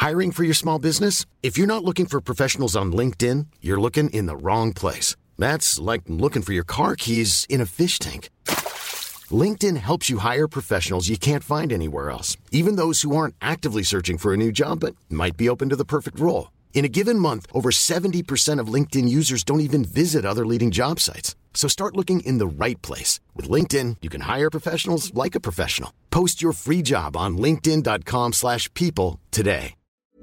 Hiring for your small business? If you're not looking for professionals on LinkedIn, you're looking in the wrong place. That's like looking for your car keys in a fish tank. LinkedIn helps you hire professionals you can't find anywhere else, even those who aren't actively searching for a new job but might be open to the perfect role. In a given month, over 70% of LinkedIn users don't even visit other leading job sites. So start looking in the right place. With LinkedIn, you can hire professionals like a professional. Post your free job on linkedin.com/people today.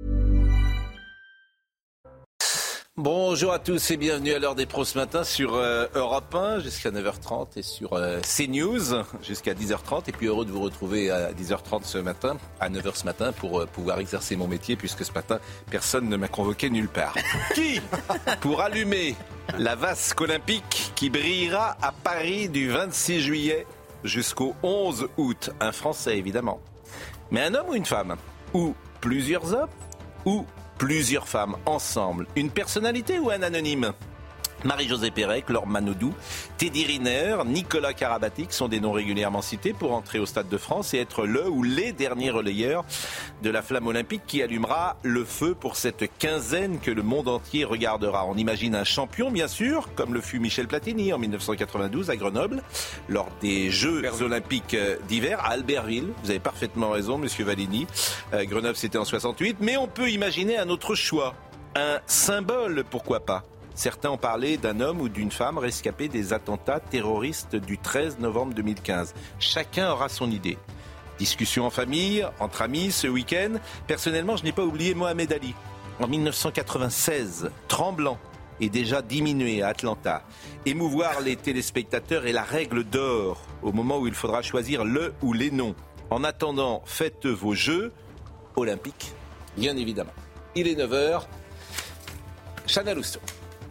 Bonjour à tous et bienvenue à l'heure des pros ce matin sur Europe 1 jusqu'à 9h30 et sur CNews jusqu'à 10h30. Et puis heureux de vous retrouver à 10h30 ce matin, à 9h ce matin pour pouvoir exercer mon métier puisque ce matin, personne ne m'a convoqué nulle part. Qui pour allumer la vasque olympique qui brillera à Paris du 26 juillet jusqu'au 11 août. Un Français évidemment. Mais un homme ou une femme? Ou plusieurs hommes? Ou plusieurs femmes ensemble, une personnalité ou un anonyme? Marie-Josée Pérec, Laure Manodou, Teddy Riner, Nicolas Karabatic sont des noms régulièrement cités pour entrer au Stade de France et être le ou les derniers relayeurs de la flamme olympique qui allumera le feu pour cette quinzaine que le monde entier regardera. On imagine un champion, bien sûr, comme le fut Michel Platini en 1992 à Grenoble, lors des Jeux olympiques d'hiver à Albertville. Vous avez parfaitement raison, monsieur Valini. Grenoble, c'était en 68. Mais on peut imaginer un autre choix. Un symbole, pourquoi pas? Certains ont parlé d'un homme ou d'une femme rescapé des attentats terroristes du 13 novembre 2015. Chacun aura son idée. Discussion en famille, entre amis, ce week-end. Personnellement, je n'ai pas oublié Mohamed Ali. En 1996, tremblant et déjà diminué à Atlanta. Émouvoir les téléspectateurs est la règle d'or au moment où il faudra choisir le ou les noms. En attendant, faites vos jeux olympiques, bien évidemment. Il est 9h. Chana Lousteau.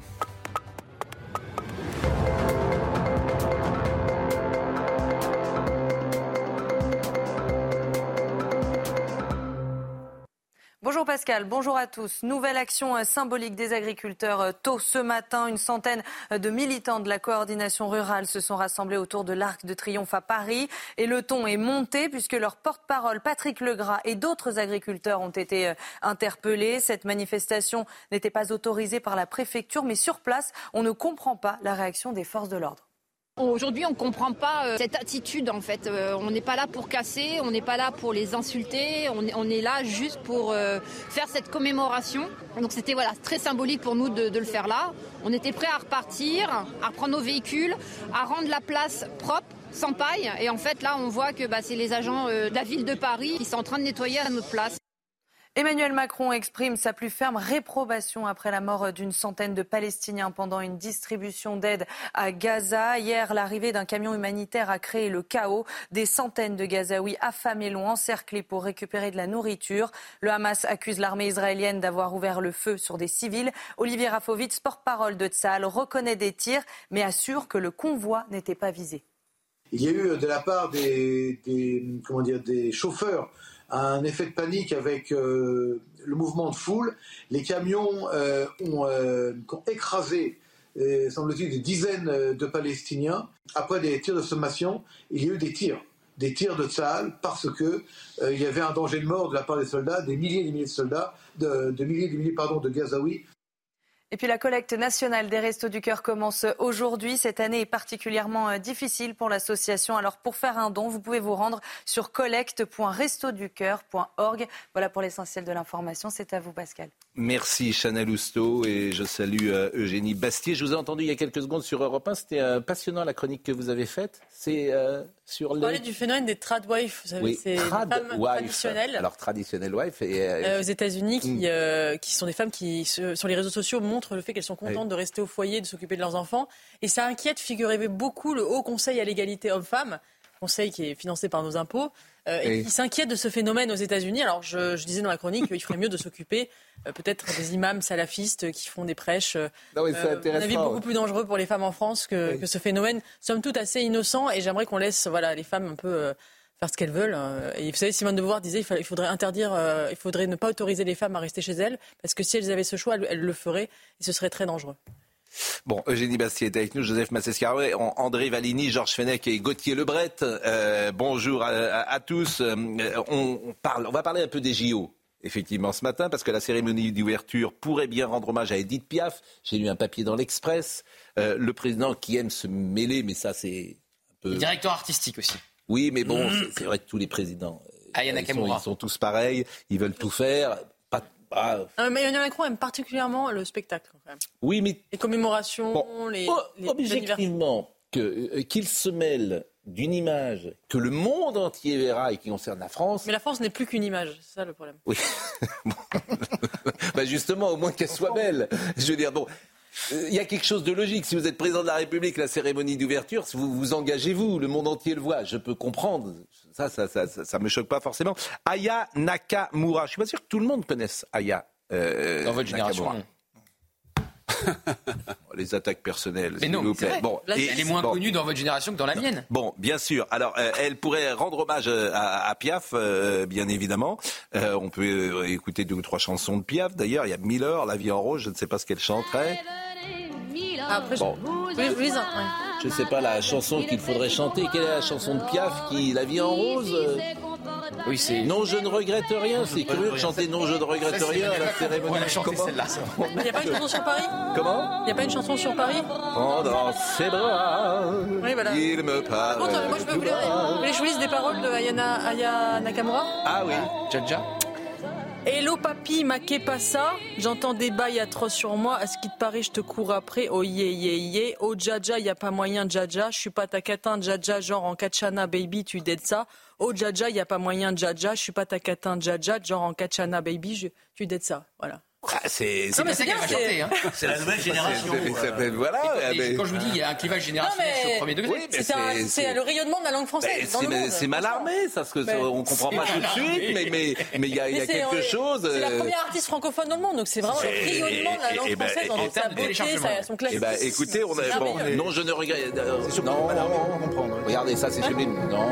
Bonjour Pascal, bonjour à tous. Nouvelle action symbolique des agriculteurs tôt ce matin. Une centaine de militants de la coordination rurale se sont rassemblés autour de l'Arc de Triomphe à Paris. Et le ton est monté puisque leur porte-parole Patrick Legras et d'autres agriculteurs ont été interpellés. Cette manifestation n'était pas autorisée par la préfecture, mais sur place, on ne comprend pas la réaction des forces de l'ordre. Aujourd'hui, on ne comprend pas cette attitude en fait. On n'est pas là pour casser, on n'est pas là pour les insulter, on est là juste pour faire cette commémoration. Donc c'était très symbolique pour nous de le faire là. On était prêts à repartir, à reprendre nos véhicules, à rendre la place propre, sans paille. Et en fait là, on voit que c'est les agents de la ville de Paris qui sont en train de nettoyer à notre place. Emmanuel Macron exprime sa plus ferme réprobation après la mort d'une centaine de Palestiniens pendant une distribution d'aide à Gaza. Hier, l'arrivée d'un camion humanitaire a créé le chaos. Des centaines de Gazaouis affamés l'ont encerclé pour récupérer de la nourriture. Le Hamas accuse l'armée israélienne d'avoir ouvert le feu sur des civils. Olivier Rafovitz, porte-parole de Tsahal, reconnaît des tirs, mais assure que le convoi n'était pas visé. Il y a eu de la part des chauffeurs un effet de panique avec le mouvement de foule. Les camions ont écrasé, semble-t-il, des dizaines de Palestiniens. Après des tirs de sommation, il y a eu des tirs de Tsahal parce qu'il y avait un danger de mort de la part des soldats, des milliers et des milliers de soldats, de milliers et des milliers de Gazaouis. Et puis la collecte nationale des Restos du Cœur commence aujourd'hui. Cette année est particulièrement difficile pour l'association. Alors pour faire un don, vous pouvez vous rendre sur collecte.restoducoeur.org. Voilà pour l'essentiel de l'information. C'est à vous Pascal. Merci Chana Lousteau et je salue Eugénie Bastier. Je vous ai entendu il y a quelques secondes sur Europe 1. C'était passionnant la chronique que vous avez faite. C'est sur Vous parlez du phénomène des tradwives, vous savez, oui, c'est des femmes traditionnelles. Alors traditionnelles wife aux États-Unis qui sont des femmes qui sur les réseaux sociaux montrent le fait qu'elles sont contentes de rester au foyer, de s'occuper de leurs enfants, et ça inquiète, figurez-vous, beaucoup le Haut Conseil à l'égalité hommes-femmes, conseil qui est financé par nos impôts, et qui s'inquiète de ce phénomène aux États-Unis. Alors je disais dans la chronique qu'il ferait mieux de s'occuper peut-être des imams salafistes qui font des prêches. Non, c'est intéressant. Un avis beaucoup plus dangereux pour les femmes en France que ce phénomène, somme toute assez innocent. Et j'aimerais qu'on laisse les femmes un peu faire ce qu'elles veulent. Et vous savez, Simone de Beauvoir disait il faudrait ne pas autoriser les femmes à rester chez elles, parce que si elles avaient ce choix, elles le feraient, et ce serait très dangereux. Bon, Eugénie Bastier est avec nous, Joseph Massescarouet, André Valigny, Georges Fenech et Gauthier Lebret. Bonjour à tous. On va parler un peu des JO. effectivement ce matin, parce que la cérémonie d'ouverture pourrait bien rendre hommage à Édith Piaf. J'ai lu un papier dans l'Express. Le président qui aime se mêler, mais ça c'est un peu... Le directeur artistique aussi. Oui, mais bon, c'est vrai que tous les présidents, Aya Nakamura. ils sont tous pareils, ils veulent tout faire. Mais Emmanuel Macron aime particulièrement le spectacle, quand même. Oui, mais... Les commémorations, les objectivement, qu'il se mêle d'une image que le monde entier verra et qui concerne la France... Mais la France n'est plus qu'une image, c'est ça le problème. Oui. Justement, au moins qu'elle soit belle. Je veux dire, bon... Il y a quelque chose de logique. Si vous êtes président de la République, la cérémonie d'ouverture, vous vous engagez, vous, le monde entier le voit. Je peux comprendre. Ça me choque pas forcément. Aya Nakamura. Je suis pas sûr que tout le monde connaisse Aya. Dans votre génération. Les attaques personnelles, mais s'il non, vous plaît. Bon, elle est moins connue dans votre génération que dans la mienne. Bon, bien sûr. Alors, elle pourrait rendre hommage à Piaf, bien évidemment. On peut écouter 2 ou 3 chansons de Piaf. D'ailleurs, il y a Miller, La vie en rose. Je ne sais pas ce qu'elle chanterait. Après, je ne sais pas la chanson qu'il faudrait chanter. Quelle est la chanson de Piaf La vie en rose Oui, c'est... Non, je ne regrette rien. C'est curieux de chanter Non, je ne regrette rien à la cérémonie. On a chanté celle-là. Il n'y a pas une chanson sur Paris ? Comment ? Il n'y a pas une chanson sur Paris ? Pendant ses bras, oui, voilà. Il me parle. Par contre, moi, je peux vous je vous lise des paroles de Aya Nakamura. Ah oui, Jaja. Hello papi, maquet pas ça. J'entends des bails atroces sur moi. À ce qui te paraît, je te cours après. Oh yeah yeah yeah. Oh Jaja, y a pas moyen Jaja. Je suis pas ta catin Jaja, genre en Kachana baby, tu dead ça. Oh Jaja, y a pas moyen Jaja. Je suis pas ta catin Jaja, genre en Kachana baby, tu dead ça. Voilà. C'est bien, c'est la nouvelle génération. Voilà. Quand je vous dis il y a un clivage générationnel au premier degré, c'est le rayonnement de la langue française. C'est mal armé, ça, parce que on comprend pas tout de suite, mais il y a quelque chose. C'est la première artiste francophone au monde, donc c'est vraiment le rayonnement de la langue française dans sa beauté, son classique. Écoutez, non, je ne regrette. Non, regardez, ça, c'est sublime. Non.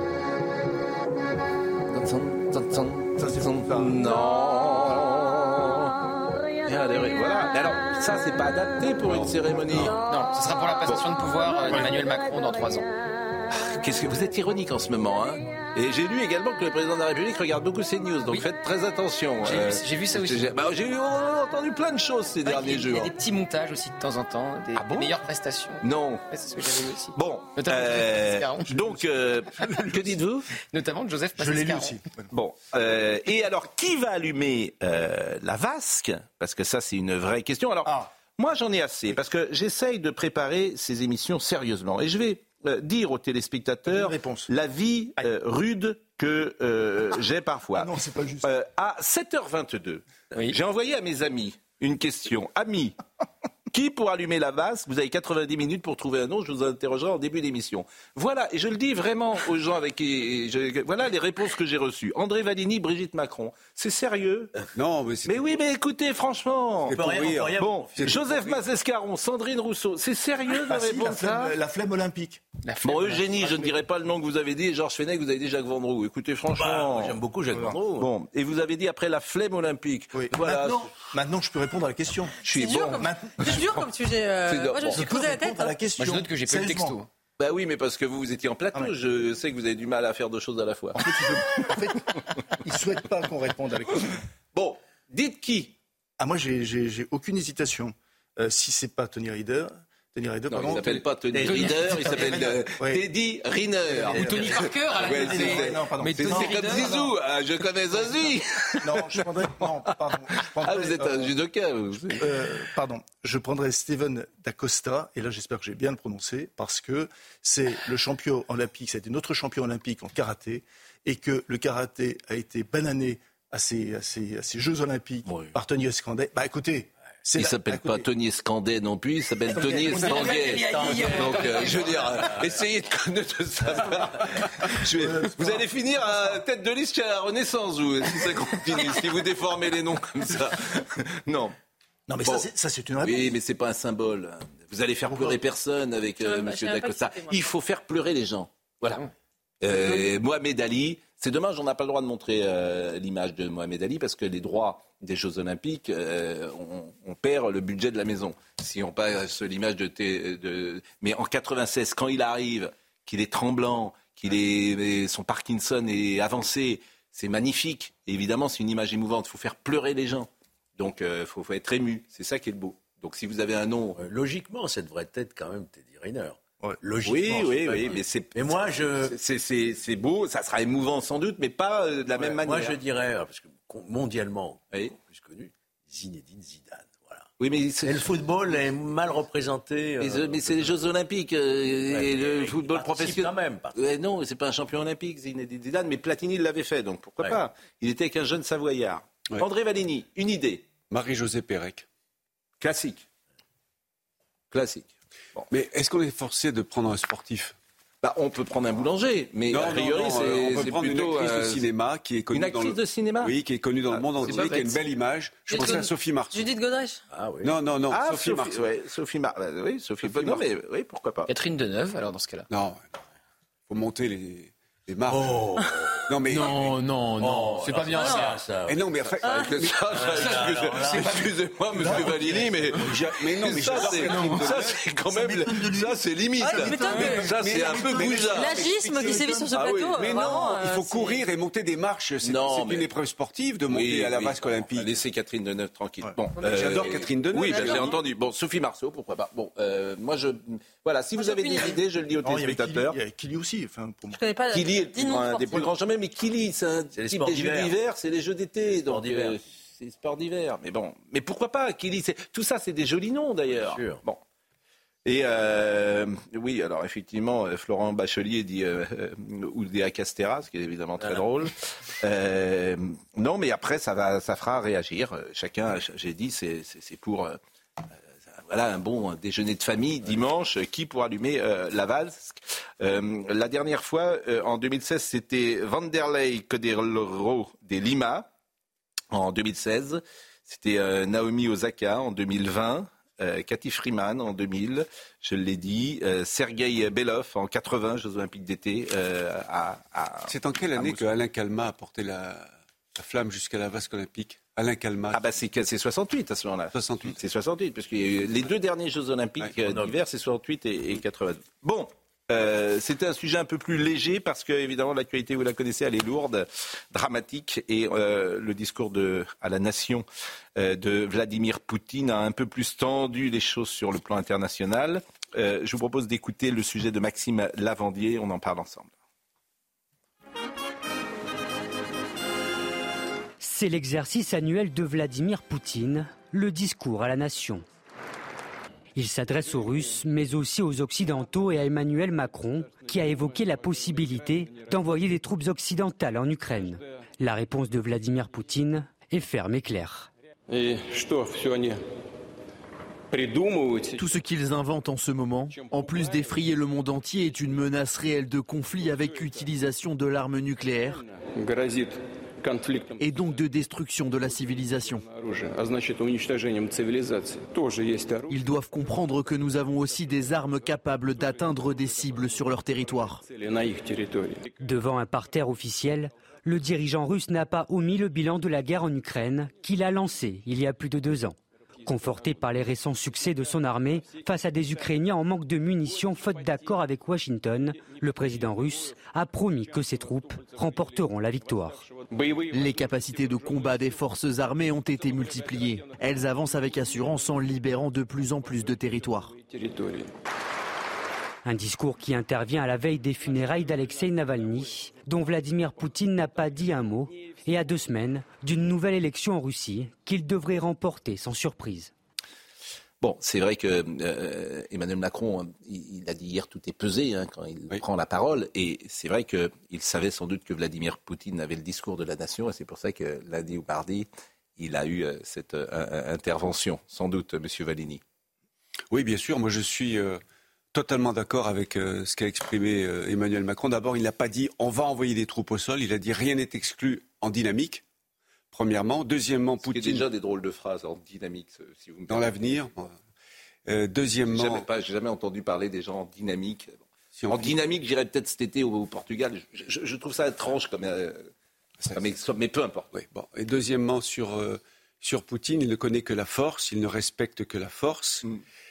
Voilà. Mais alors, ça, c'est pas adapté pour une cérémonie. Non, ce sera pour la passation de pouvoir d'Emmanuel Macron dans 3 ans. Qu'est-ce que vous êtes ironique en ce moment, hein ? Et j'ai lu également que le président de la République regarde beaucoup CNews, donc faites très attention. J'ai vu ça aussi. J'ai entendu plein de choses ces derniers jours. Il y a des petits montages aussi de temps en temps, des meilleures prestations. Non. Ouais, c'est ce que j'avais vu aussi. Bon, donc, que dites-vous ? Notamment de Joseph Massécaron. Je l'ai lu aussi. Bon, et alors, qui va allumer la vasque ? Parce que ça, c'est une vraie question. Alors, moi, j'en ai assez, parce que j'essaye de préparer ces émissions sérieusement. Et je vais dire aux téléspectateurs la vie rude que j'ai parfois. Non, c'est pas juste. À 7h22, j'ai envoyé à mes amis une question. Amis, qui pour allumer la vasque ? Vous avez 90 minutes pour trouver un nom, je vous interrogerai en début d'émission. Voilà, et je le dis vraiment aux gens avec qui... Voilà les réponses que j'ai reçues. André Valigny, Brigitte Macron. C'est sérieux ? Non, mais oui, mais écoutez, franchement... Rien. Bon, Joseph Massescaron, Sandrine Rousseau, c'est sérieux de répondre ça ? La flemme olympique. Bon, Eugénie, je ne dirai pas le nom que vous avez dit, et Georges Fenech, vous avez dit Jacques Vendroux. Écoutez, franchement... J'aime beaucoup Jacques Vendroux. Bon, et vous avez dit après la flemme olympique. Oui. Voilà. Maintenant, je peux répondre à la question. C'est dur comme sujet. Moi, je me suis posé la tête. À la question. Moi, je note que j'ai pas le texto. Bah oui, mais parce que vous étiez en plateau, je sais que vous avez du mal à faire 2 choses à la fois. En fait, ils ne souhaitent pas qu'on réponde à la question. Bon, dites qui ? Moi, j'ai aucune hésitation. Si c'est pas Tony Riner, non, il ne s'appelle pas Tony Riner, il s'appelle Teddy Riner. Ou Tony Parker à la Mais c'est comme Zizou, je connais Zazie. Vous êtes un judoka. Je prendrais Steven D'Acosta, et là j'espère que j'ai bien le prononcé, parce que c'est le champion olympique, ça a été notre champion olympique en karaté, et que le karaté a été banané à ces Jeux olympiques par Tony Escandé. Écoutez... Il ne s'appelle pas Tony Escandé non plus, il s'appelle Tony Estanguet. Donc, je veux dire, essayez de connaître ça. Vous allez finir à tête de liste à la Renaissance, si ça continue, si vous déformez les noms comme ça. Non. Non, mais ça, c'est une réponse. Oui, mais c'est pas un symbole. Vous allez faire pleurer personne avec M. D'Acosta. Il faut faire pleurer les gens. Voilà. Mohamed Ali, c'est dommage, on n'a pas le droit de montrer l'image de Mohamed Ali parce que les droits des Jeux Olympiques, on perd le budget de la maison. Si on passe l'image mais en 96, quand il arrive, qu'il est tremblant, son Parkinson est avancé, c'est magnifique. Et évidemment, c'est une image émouvante. Il faut faire pleurer les gens. Donc, il faut être ému. C'est ça qui est le beau. Donc, si vous avez un nom... Logiquement, ça devrait être quand même Teddy Riner. Ouais. Logiquement. Oui, mais c'est beau. Ça sera émouvant sans doute, mais pas de la même manière. Moi, je dirais, parce que mondialement, plus connu, Zinedine Zidane. Oui, mais le football est mal représenté. Mais c'est les Jeux Olympiques et le football professionnel. Quand même. Non, c'est pas un champion olympique, Zinedine Zidane, mais Platini l'avait fait, donc pourquoi pas. Il était avec un jeune Savoyard. Ouais. André Vallini, une idée. Marie-Josée Pérec. Classique. Bon. Mais est-ce qu'on est forcé de prendre un sportif ? On peut prendre un boulanger, mais a priori, on peut prendre plutôt une actrice de cinéma qui est connue de cinéma. Oui, qui est connue dans le monde entier, qui a une belle image. Je pensais à Sophie Marceau. Judith Godrèche. Ah oui. Non, Sophie Marceau. Sophie Marceau. Oui, Sophie Marceau. Mais oui, pourquoi pas. Catherine Deneuve, alors dans ce cas-là. Non, faut monter les marques. Oh. Non, mais c'est pas bien ça. Et non, mais enfin, excusez-moi, Monsieur Vallini, mais ça c'est quand même, ça c'est limite. Ça c'est un peu bizarre. L'agisme qui sévit sur ce plateau. Mais non, il faut courir et monter des marches. C'est une épreuve sportive de monter à la vasque olympique. Laissez Catherine Deneuve tranquille. Bon, j'adore Catherine Deneuve. Oui, j'ai entendu. Bon, Sophie Marceau, pourquoi pas. Bon, moi voilà, si vous avez des idées, je le dis aux téléspectateurs. Il y a Kili aussi. Je connais pas. Kili est un des plus grands jamais, mais Kili, c'est un type des jeux d'hiver, c'est les jeux d'été. Donc, c'est sport d'hiver. Mais bon, mais pourquoi pas Kili, tout ça, c'est des jolis noms d'ailleurs. Bien sûr. Bon. Et oui, alors effectivement, Florent Bachelier dit Oudéa Castéra, ce qui est évidemment très drôle. Non, mais après, ça fera réagir. Chacun, j'ai dit, c'est pour... Voilà un bon déjeuner de famille dimanche. Qui pour allumer la valse la dernière fois, en 2016, c'était Vanderlei Cordero de Lima. En 2016, c'était Naomi Osaka en 2020. Cathy Freeman en 2000, je l'ai dit. Sergueï Belov en 80, Jeux Olympiques d'été. C'est en quelle année que Alain Calmat a porté la flamme jusqu'à la vasque olympique ? Alain Calmat. C'est 68 à ce moment-là. 68. C'est 68, parce que les deux derniers Jeux Olympiques d'hiver, c'est 68 et 92. Bon, c'était un sujet un peu plus léger, parce que, évidemment, l'actualité, vous la connaissez, elle est lourde, dramatique, et le discours à la nation de Vladimir Poutine a un peu plus tendu les choses sur le plan international. Je vous propose d'écouter le sujet de Maxime Lavandier, on en parle ensemble. C'est l'exercice annuel de Vladimir Poutine, le discours à la nation. Il s'adresse aux Russes, mais aussi aux Occidentaux et à Emmanuel Macron, qui a évoqué la possibilité d'envoyer des troupes occidentales en Ukraine. La réponse de Vladimir Poutine est ferme et claire. Tout ce qu'ils inventent en ce moment, en plus d'effrayer le monde entier, est une menace réelle de conflit avec utilisation de l'arme nucléaire et donc de destruction de la civilisation. Ils doivent comprendre que nous avons aussi des armes capables d'atteindre des cibles sur leur territoire. Devant un parterre officiel, le dirigeant russe n'a pas omis le bilan de la guerre en Ukraine qu'il a lancé il y a plus de 2 ans. Conforté par les récents succès de son armée face à des Ukrainiens en manque de munitions faute d'accord avec Washington, le président russe a promis que ses troupes remporteront la victoire. Les capacités de combat des forces armées ont été multipliées. Elles avancent avec assurance en libérant de plus en plus de territoires. Un discours qui intervient à la veille des funérailles d'Alexeï Navalny, dont Vladimir Poutine n'a pas dit un mot, et à 2 semaines d'une nouvelle élection en Russie qu'il devrait remporter sans surprise. Bon, c'est vrai que Emmanuel Macron, il a dit hier, tout est pesé quand il prend la parole. Et c'est vrai qu'il savait sans doute que Vladimir Poutine avait le discours de la nation. Et c'est pour ça que lundi ou mardi, il a eu cette intervention. Sans doute, M. Vallini. Oui, bien sûr. Moi, je suis totalement d'accord avec ce qu'a exprimé Emmanuel Macron. D'abord, il n'a pas dit on va envoyer des troupes au sol. Il a dit rien n'est exclu en dynamique. Premièrement. Deuxièmement, Poutine... Il y a déjà des drôles de phrases en dynamique, si vous me dans l'avenir. Deuxièmement... J'ai jamais entendu parler des gens en dynamique. En dynamique, j'irais peut-être cet été au Portugal. Je trouve ça étrange, mais peu importe. Oui, bon. Et deuxièmement, sur Poutine, il ne connaît que la force, il ne respecte que la force.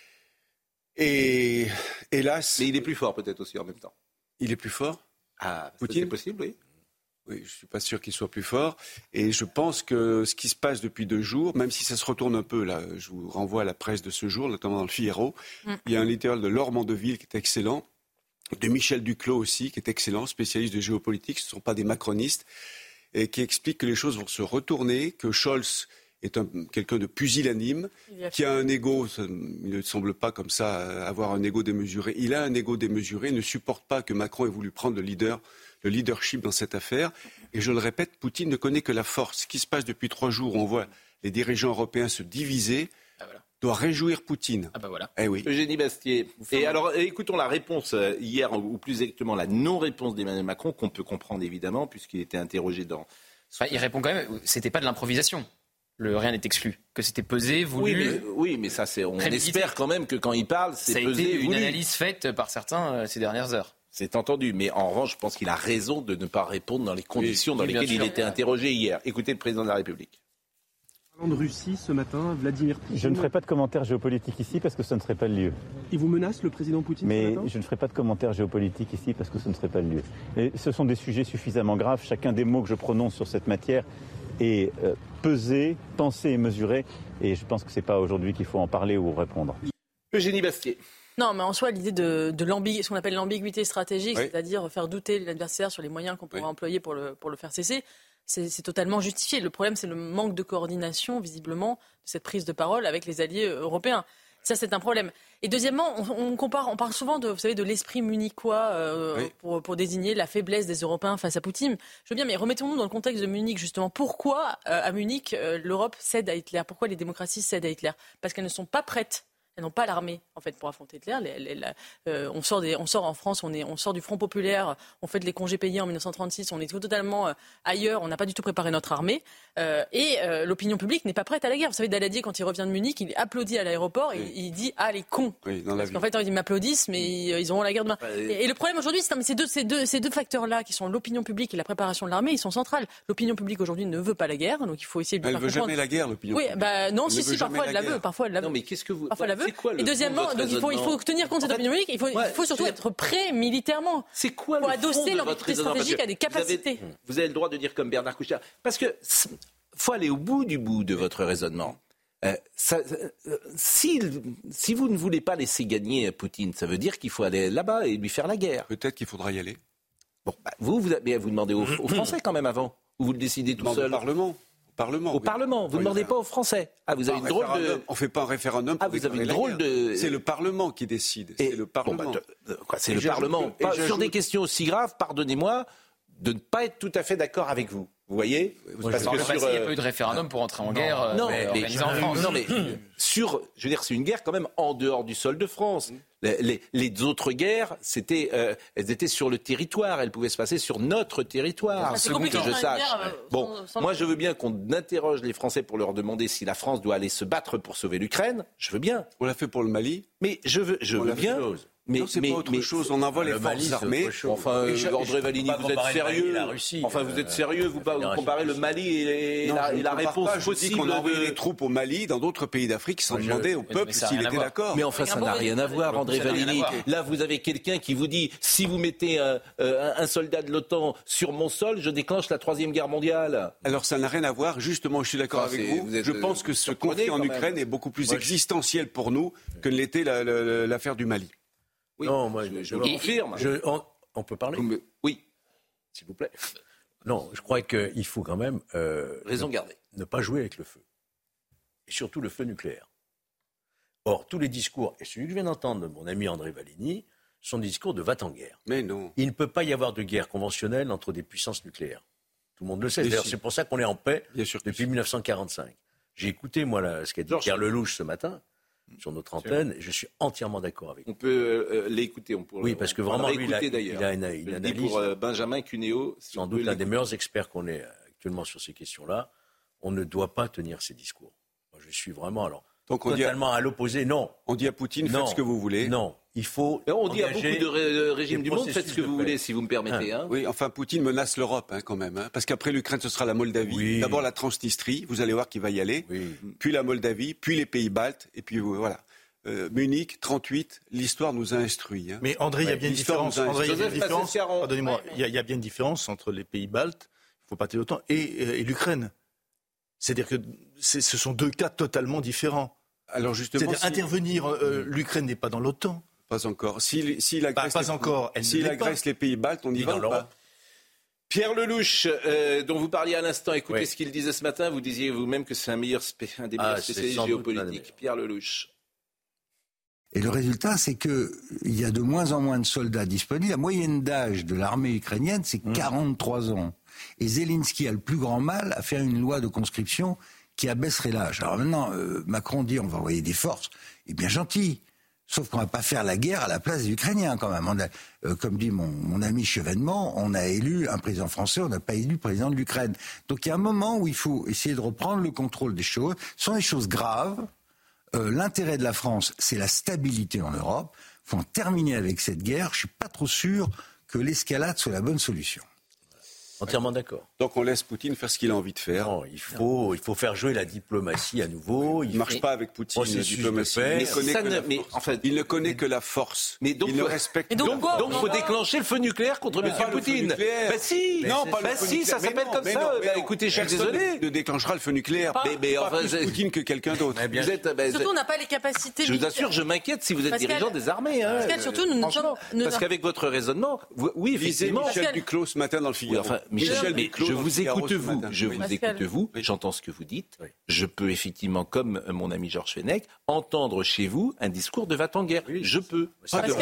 Et hélas... Mais il est plus fort peut-être aussi en même temps. Il est plus fort Poutine, c'est possible, oui. Oui, je ne suis pas sûr qu'il soit plus fort. Et je pense que ce qui se passe depuis 2 jours, même si ça se retourne un peu, là, je vous renvoie à la presse de ce jour, notamment dans le Figaro, il y a un littéral de Laure Mandeville qui est excellent, de Michel Duclos aussi, qui est excellent, spécialiste de géopolitique, ce ne sont pas des macronistes, et qui explique que les choses vont se retourner, que Scholz est quelqu'un de pusillanime, qui a un ego, il ne semble pas comme ça avoir un ego démesuré. Il a un ego démesuré, il ne supporte pas que Macron ait voulu prendre le leadership dans cette affaire. Et je le répète, Poutine ne connaît que la force. Ce qui se passe depuis 3 jours où on voit les dirigeants européens se diviser, doit réjouir Poutine. Ah bah voilà. Eh oui. Eugénie Bastier. Et alors, écoutons la réponse hier, ou plus exactement la non-réponse d'Emmanuel Macron, qu'on peut comprendre évidemment, puisqu'il était interrogé dans... Il répond quand même, c'était pas de l'improvisation. Rien n'est exclu. Que c'était pesé, voulu. Oui, mais ça, on espère quand même que quand il parle, c'est pesé, pesé, voulu. Une analyse faite par certains ces dernières heures. C'est entendu, mais en revanche, je pense qu'il a raison de ne pas répondre dans les conditions dans lesquelles il était interrogé hier. Écoutez le président de la République. De Russie ce matin, Vladimir Poutine. Je ne ferai pas de commentaires géopolitiques ici parce que ce ne serait pas le lieu. Il vous menace, le président Poutine, mais ce matin ? je ne ferai pas de commentaires géopolitiques ici parce que ce ne serait pas le lieu. Et ce sont des sujets suffisamment graves. Chacun des mots que je prononce sur cette matière est pesé, pensé et mesuré. Et je pense que ce n'est pas aujourd'hui qu'il faut en parler ou répondre. Eugénie Bastier. Non, mais en soi, l'idée de ce qu'on appelle l'ambiguïté stratégique, c'est-à-dire faire douter l'adversaire sur les moyens qu'on pourrait employer pour le faire cesser, c'est totalement justifié. Le problème, c'est le manque de coordination, visiblement, de cette prise de parole avec les alliés européens. Ça, c'est un problème. Et deuxièmement, on parle souvent de l'esprit munichois pour désigner la faiblesse des Européens face à Poutine. Je veux bien, mais remettons-nous dans le contexte de Munich, justement. Pourquoi, à Munich, l'Europe cède à Hitler ? Pourquoi les démocraties cèdent à Hitler ? Parce qu'elles ne sont pas prêtes. Elles n'ont pas l'armée, en fait, pour affronter Hitler. On sort en France, on sort du Front populaire, on fait les congés payés en 1936, on est totalement ailleurs, on n'a pas du tout préparé notre armée. Et l'opinion publique n'est pas prête à la guerre. Vous savez, Daladier, quand il revient de Munich, il applaudit à l'aéroport et il dit « Ah, les cons !» Parce qu'en fait, ils m'applaudissent, mais ils auront la guerre demain. Et le problème aujourd'hui, c'est ces deux facteurs-là, qui sont l'opinion publique et la préparation de l'armée, ils sont centrales. L'opinion publique aujourd'hui ne veut pas la guerre, donc il faut essayer de faire comprendre. Elle ne veut jamais la guerre, l'opinion publique. Non, si, parfois elle la veut. Parfois elle la veut. Non, mais qu'est-ce que vous... Et deuxièmement, donc il faut tenir compte de cette opinion publique, il faut surtout être prêt militairement. C'est quoi le fond adosser l'ambiguïté stratégique à des capacités. Vous avez le droit de dire comme Bernard Kouchner. Parce que faut aller au bout de votre raisonnement. Si vous ne voulez pas laisser gagner Poutine, ça veut dire qu'il faut aller là-bas et lui faire la guerre. Peut-être qu'il faudra y aller. Bon, vous demandez aux Français quand même avant. Ou vous le décidez tout seul. Au Parlement, vous ne demandez pas aux Français. Vous avez une drôle de... On ne fait pas un référendum pour vous avez une drôle de... C'est le Parlement qui décide. C'est le Parlement. C'est le Parlement. Sur des questions aussi graves, pardonnez-moi, de ne pas être tout à fait d'accord avec vous. Vous voyez ? Parce que il n'y a pas eu de référendum pour entrer en guerre organisée en France. Non, mais je veux dire, c'est une guerre quand même en dehors du sol de France. Les autres guerres, elles étaient sur le territoire. Elles pouvaient se passer sur notre territoire. C'est compliqué que je sache. Moi, je veux bien qu'on interroge les Français pour leur demander si la France doit aller se battre pour sauver l'Ukraine. Je veux bien. On l'a fait pour le Mali. Mais je veux bien. Mais c'est pas autre chose. On envoie les forces armées. Enfin, André Valigny, vous êtes sérieux ? Enfin, vous êtes sérieux ? Vous comparez le Mali et la réponse possible. Je dis qu'on a envoyé des troupes au Mali, dans d'autres pays d'Afrique, qui sont demandés au peuple s'il était d'accord. Mais enfin, ça n'a rien à voir, André Valigny. Là, vous avez quelqu'un qui vous dit si vous mettez un soldat de l'OTAN sur mon sol, je déclenche la 3e guerre mondiale. Alors, ça n'a rien à voir. Justement, je suis d'accord avec vous. Je pense que ce conflit en Ukraine est beaucoup plus existentiel pour nous que l'était l'affaire du Mali. Oui, non, moi, je confirme. On peut parler ? Oui, s'il vous plaît. Non, je crois qu'il faut quand même raison garder. Ne pas jouer avec le feu. Et surtout le feu nucléaire. Or, tous les discours, et celui que je viens d'entendre de mon ami André Valigny, sont des discours de va-t-en-guerre. Mais non. Il ne peut pas y avoir de guerre conventionnelle entre des puissances nucléaires. Tout le monde le sait. D'ailleurs, c'est pour ça qu'on est en paix depuis 1945. J'ai écouté, moi, ce qu'a dit Pierre Lelouch ce matin, sur notre antenne, je suis entièrement d'accord avec lui. On peut l'écouter. Oui, parce que vraiment, lui, il a une analyse. Pour Benjamin Cuneo, sans doute l'un des meilleurs experts qu'on ait actuellement sur ces questions-là. On ne doit pas tenir ces discours. Moi, je suis vraiment totalement à l'opposé. Non. On dit à Poutine, faites ce que vous voulez. Non. Il faut. On dit à beaucoup de régimes du monde, faites ce que vous voulez, si vous me permettez. Oui, enfin, Poutine menace l'Europe, quand même. Parce qu'après l'Ukraine, ce sera la Moldavie. Oui. D'abord la Transnistrie, vous allez voir qu'il va y aller. Oui. Puis la Moldavie, puis les pays baltes, et puis voilà. Munich, 38, l'histoire nous a instruits. Mais André, il y a bien une différence. Pardonnez-moi, il y a bien une différence entre les pays baltes faut pas télé autant, et l'Ukraine. C'est-à-dire que ce sont deux cas totalement différents. Alors justement, c'est-à-dire intervenir, l'Ukraine n'est pas dans l'OTAN. Pas encore. S'il agresse les pays baltes, on y va ou pas ? Pierre Lelouch, dont vous parliez à l'instant, écoutez ce qu'il disait ce matin. Vous disiez vous-même que c'est un des meilleurs spécialistes géopolitiques. Pierre Lelouch. Et le résultat, c'est qu'il y a de moins en moins de soldats disponibles. La moyenne d'âge de l'armée ukrainienne, c'est 43 ans. Et Zelensky a le plus grand mal à faire une loi de conscription qui abaisserait l'âge. Alors maintenant, Macron dit on va envoyer des forces. Eh bien gentil. Sauf qu'on ne va pas faire la guerre à la place des Ukrainiens quand même. Comme dit mon ami Chevènement, on a élu un président français, on n'a pas élu le président de l'Ukraine. Donc il y a un moment où il faut essayer de reprendre le contrôle des choses. Ce sont des choses graves. L'intérêt de la France, c'est la stabilité en Europe. Il faut en terminer avec cette guerre. Je ne suis pas trop sûr que l'escalade soit la bonne solution. Entièrement d'accord. Donc on laisse Poutine faire ce qu'il a envie de faire. Non, il faut faire jouer la diplomatie à nouveau. Il ne marche pas avec Poutine, la diplomatie. Il ne connaît que la force. Mais donc, il ne respecte donc il faut déclencher le feu nucléaire contre M. Poutine. Bah si, ça s'appelle comme ça. Écoutez, je suis désolé. Ne déclenchera le feu nucléaire. Mais pas plus Poutine que quelqu'un d'autre. Surtout, on n'a pas les capacités. Je vous assure, je m'inquiète si vous êtes dirigeant des armées. Surtout, parce qu'avec votre raisonnement, oui, effectivement. Michel Duclos ce matin dans le Figaro. Michel, je vous écoute, vous, j'entends ce que vous dites. Oui. Je peux effectivement, comme mon ami Georges Fenech, entendre chez vous un discours de va-t-en-guerre. Oui. Je peux. Encore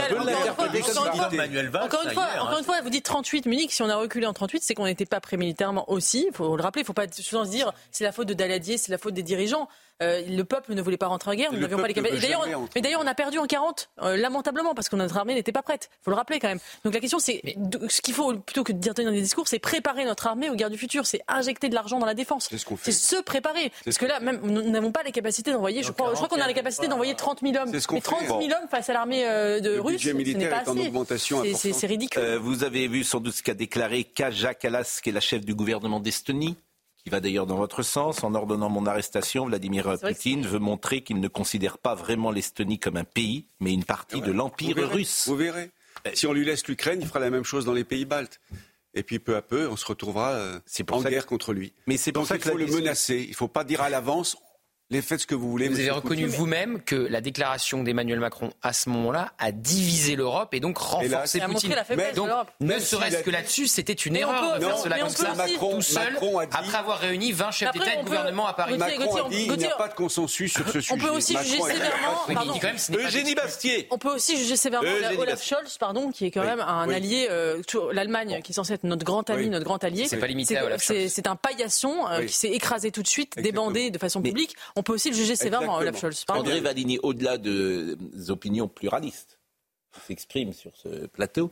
une fois, vous dites 38 Munich. Si on a reculé en 38, c'est qu'on n'était pas prêt militairement aussi. Il faut le rappeler. Il ne faut pas souvent se dire c'est la faute de Daladier, c'est la faute des dirigeants. Le peuple ne voulait pas rentrer en guerre, nous n'avions pas les capacités. Mais d'ailleurs, on a perdu en 40, lamentablement, parce que notre armée n'était pas prête. Il faut le rappeler quand même. Donc la question, c'est ce qu'il faut, plutôt que de dire dans des discours, c'est préparer notre armée aux guerres du futur, c'est injecter de l'argent dans la défense. C'est se préparer. Parce que là, même, nous n'avons pas les capacités d'envoyer, je crois qu'on a les capacités d'envoyer 30 000 hommes. Mais 30 000 hommes face à l'armée russe, ce n'est pas assez. C'est ridicule. Vous avez vu sans doute ce qu'a déclaré Kaja Kallas, qui est la chef du gouvernement d'Estonie, qui va d'ailleurs dans votre sens. En ordonnant mon arrestation, Vladimir Poutine veut montrer qu'il ne considère pas vraiment l'Estonie comme un pays, mais une partie de l'Empire russe. Vous verrez. Si on lui laisse l'Ukraine, il fera la même chose dans les pays baltes. Et puis peu à peu, on se retrouvera en guerre contre lui. Mais c'est pour ça qu'il faut le menacer. Il ne faut pas dire à l'avance... Faites ce que vous voulez. Vous avez reconnu vous-même que la déclaration d'Emmanuel Macron à ce moment-là a divisé l'Europe et donc renforcé Poutine. Donc, ne serait-ce que là-dessus, c'était une erreur de faire cela comme ça, tout seul, après avoir réuni 20 chefs d'État et de gouvernement à Paris. Macron a dit qu'il n'y a pas de consensus sur ce sujet. On peut aussi juger sévèrement. Eugénie Bastier. On peut aussi juger sévèrement Olaf Scholz, qui est quand même un allié. L'Allemagne, qui est censée être notre grand ami, notre grand allié. C'est pas limité à Olaf Scholz. C'est un paillasson qui s'est écrasé tout de suite, débandé de façon publique. On peut aussi le juger sévèrement, Olaf Scholz. André Valigny, au-delà des opinions pluralistes qui s'expriment sur ce plateau,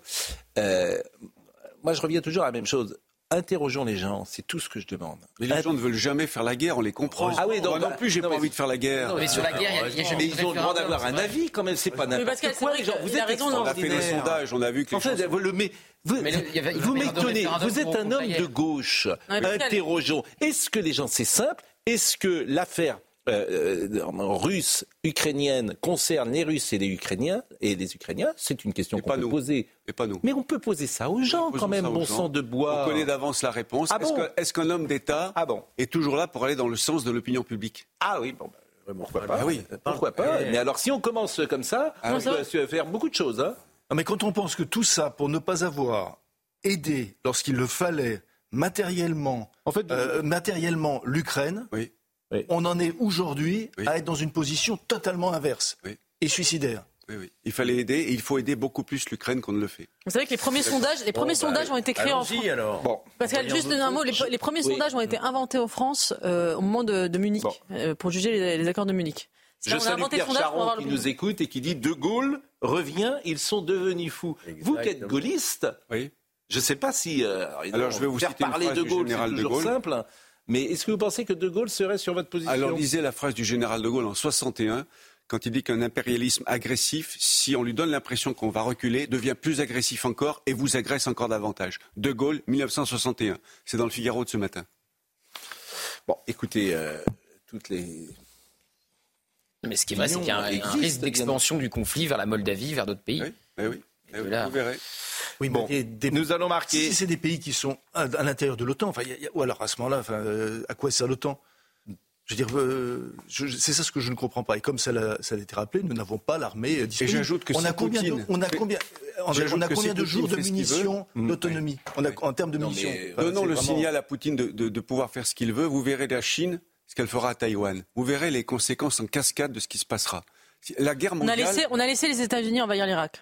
moi je reviens toujours à la même chose. Interrogeons les gens, c'est tout ce que je demande. Mais les gens ne veulent jamais faire la guerre, on les comprend. Ah oui, moi non plus, j'ai pas envie de faire la guerre. Mais sur la guerre, ils ont le droit d'avoir un avis quand même, c'est pas n'importe quoi. Vous avez raison, on a fait des sondages, on a vu que les choses... Vous m'étonnez, vous êtes un homme de gauche. Interrogeons. Est-ce que les gens, c'est simple, est-ce que l'affaire russe, ukrainienne concerne les Russes et les Ukrainiens, c'est une question qu'on peut poser. Et pas nous. Mais on peut poser ça aux gens quand même, bon sang de bois. On connaît d'avance la réponse. Est-ce qu'un homme d'État est toujours là pour aller dans le sens de l'opinion publique ? Ah oui, pourquoi pas. Pourquoi pas. Mais alors si on commence comme ça, on peut faire beaucoup de choses. Non, mais quand on pense que tout ça, pour ne pas avoir aidé lorsqu'il le fallait matériellement, l'Ukraine... Oui. On en est aujourd'hui à être dans une position totalement inverse et suicidaire. Oui. Il fallait aider et il faut aider beaucoup plus l'Ukraine qu'on ne le fait. Vous savez que les premiers sondages ont été créés en France. Parce que juste un mot, les premiers sondages ont été inventés en France au moment de Munich pour juger les accords de Munich. Je salue Pierre Charon qui nous écoute et qui dit De Gaulle revient, ils sont devenus fous. Exactement. Vous qui êtes gaulliste, je ne sais pas si alors je vais vous faire parler de Gaulle, c'est toujours simple. Mais est-ce que vous pensez que De Gaulle serait sur votre position ? Alors lisez la phrase du général de Gaulle en 61, quand il dit qu'un impérialisme agressif, si on lui donne l'impression qu'on va reculer, devient plus agressif encore et vous agresse encore davantage. De Gaulle, 1961. C'est dans le Figaro de ce matin. Bon, écoutez, toutes les... Mais ce qui est vrai, c'est qu'il y a un risque d'expansion du conflit vers la Moldavie, vers d'autres pays. Oui, vous verrez. Oui, bon, nous allons marquer. Si c'est des pays qui sont à l'intérieur de l'OTAN, ou alors à ce moment-là, à quoi sert l'OTAN ? Je veux dire, c'est ça ce que je ne comprends pas. Et comme ça a été rappelé, nous n'avons pas l'armée disponible. Et j'ajoute que on a combien de jours de munitions d'autonomie en termes de munitions. Donnons le signal à Poutine de pouvoir faire ce qu'il veut. Vous verrez la Chine, ce qu'elle fera à Taïwan. Vous verrez les conséquences en cascade de ce qui se passera. La guerre mondiale... On a laissé les États-Unis envahir l'Irak.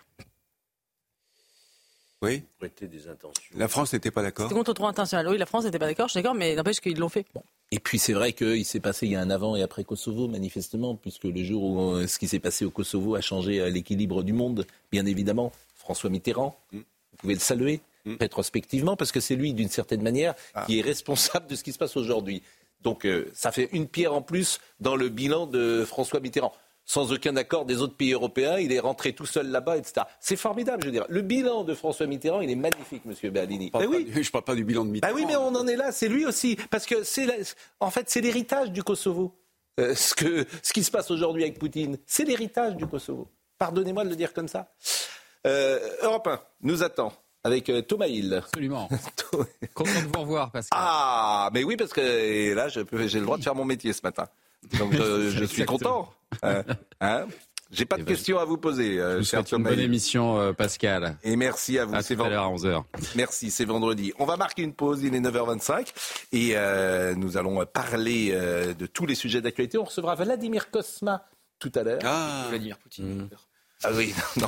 Oui. Des intentions. La France n'était pas d'accord. C'était contre le droit international. Oui, la France n'était pas d'accord, je suis d'accord, mais n'empêche qu'ils l'ont fait. Bon. Et puis c'est vrai qu'il s'est passé, il y a un avant et après Kosovo, manifestement, puisque le jour où ce qui s'est passé au Kosovo a changé l'équilibre du monde, bien évidemment. François Mitterrand, vous pouvez le saluer rétrospectivement, parce que c'est lui, d'une certaine manière, qui est responsable de ce qui se passe aujourd'hui. Donc ça fait une pierre en plus dans le bilan de François Mitterrand. Sans aucun accord des autres pays européens, il est rentré tout seul là-bas, etc. C'est formidable, je veux dire. Le bilan de François Mitterrand, il est magnifique, monsieur Bernini. Je ne parle pas du bilan de Mitterrand. Oui, mais on en est là, c'est lui aussi. Parce que en fait, c'est l'héritage du Kosovo. Ce qui se passe aujourd'hui avec Poutine, c'est l'héritage du Kosovo. Pardonnez-moi de le dire comme ça. Europe 1 nous attend avec Thomas Hill. Absolument. Content de vous revoir, Pascal. Ah, mais oui, parce que là, j'ai le droit de faire mon métier ce matin. Donc je suis content. J'ai pas de questions à vous poser. Je vous souhaite une bonne émission, Pascal. Et merci à vous. Tout à l'heure à 11h. Merci, c'est vendredi. On va marquer une pause, il est 9h25. Et nous allons parler de tous les sujets d'actualité. On recevra Vladimir Kosma tout à l'heure. Vladimir Poutine. Ah oui, non.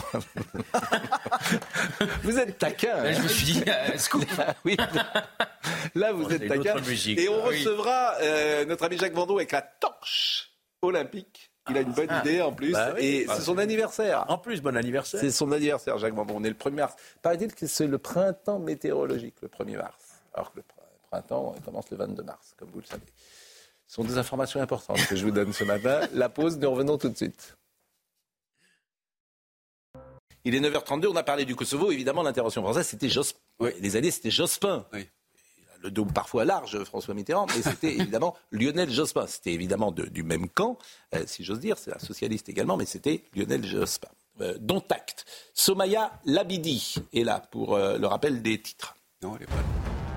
Vous êtes taquin. Là, je me suis dit, scoop. Oui. Là, vous êtes taquin. Et on recevra notre ami Jacques Vendroux avec la torche olympique. Il a une bonne idée en plus. Et c'est son anniversaire. En plus, bon anniversaire. C'est son anniversaire, Jacques Vendroux. On est le 1er mars. Paraît-il que c'est le printemps météorologique, le 1er mars. Alors que le printemps commence le 22 mars, comme vous le savez. Ce sont des informations importantes que je vous donne ce matin. La pause, nous revenons tout de suite. Il est 9h32, on a parlé du Kosovo. Évidemment, l'intervention française, c'était Jospin. Oui. Les alliés, c'était Jospin. Oui. Le dos parfois large, François Mitterrand, mais c'était évidemment Lionel Jospin. C'était évidemment du même camp, si j'ose dire. C'est un socialiste également, mais c'était Lionel Jospin. Dont acte. Somaya Labidi est là pour le rappel des titres. Non, elle n'est pas là.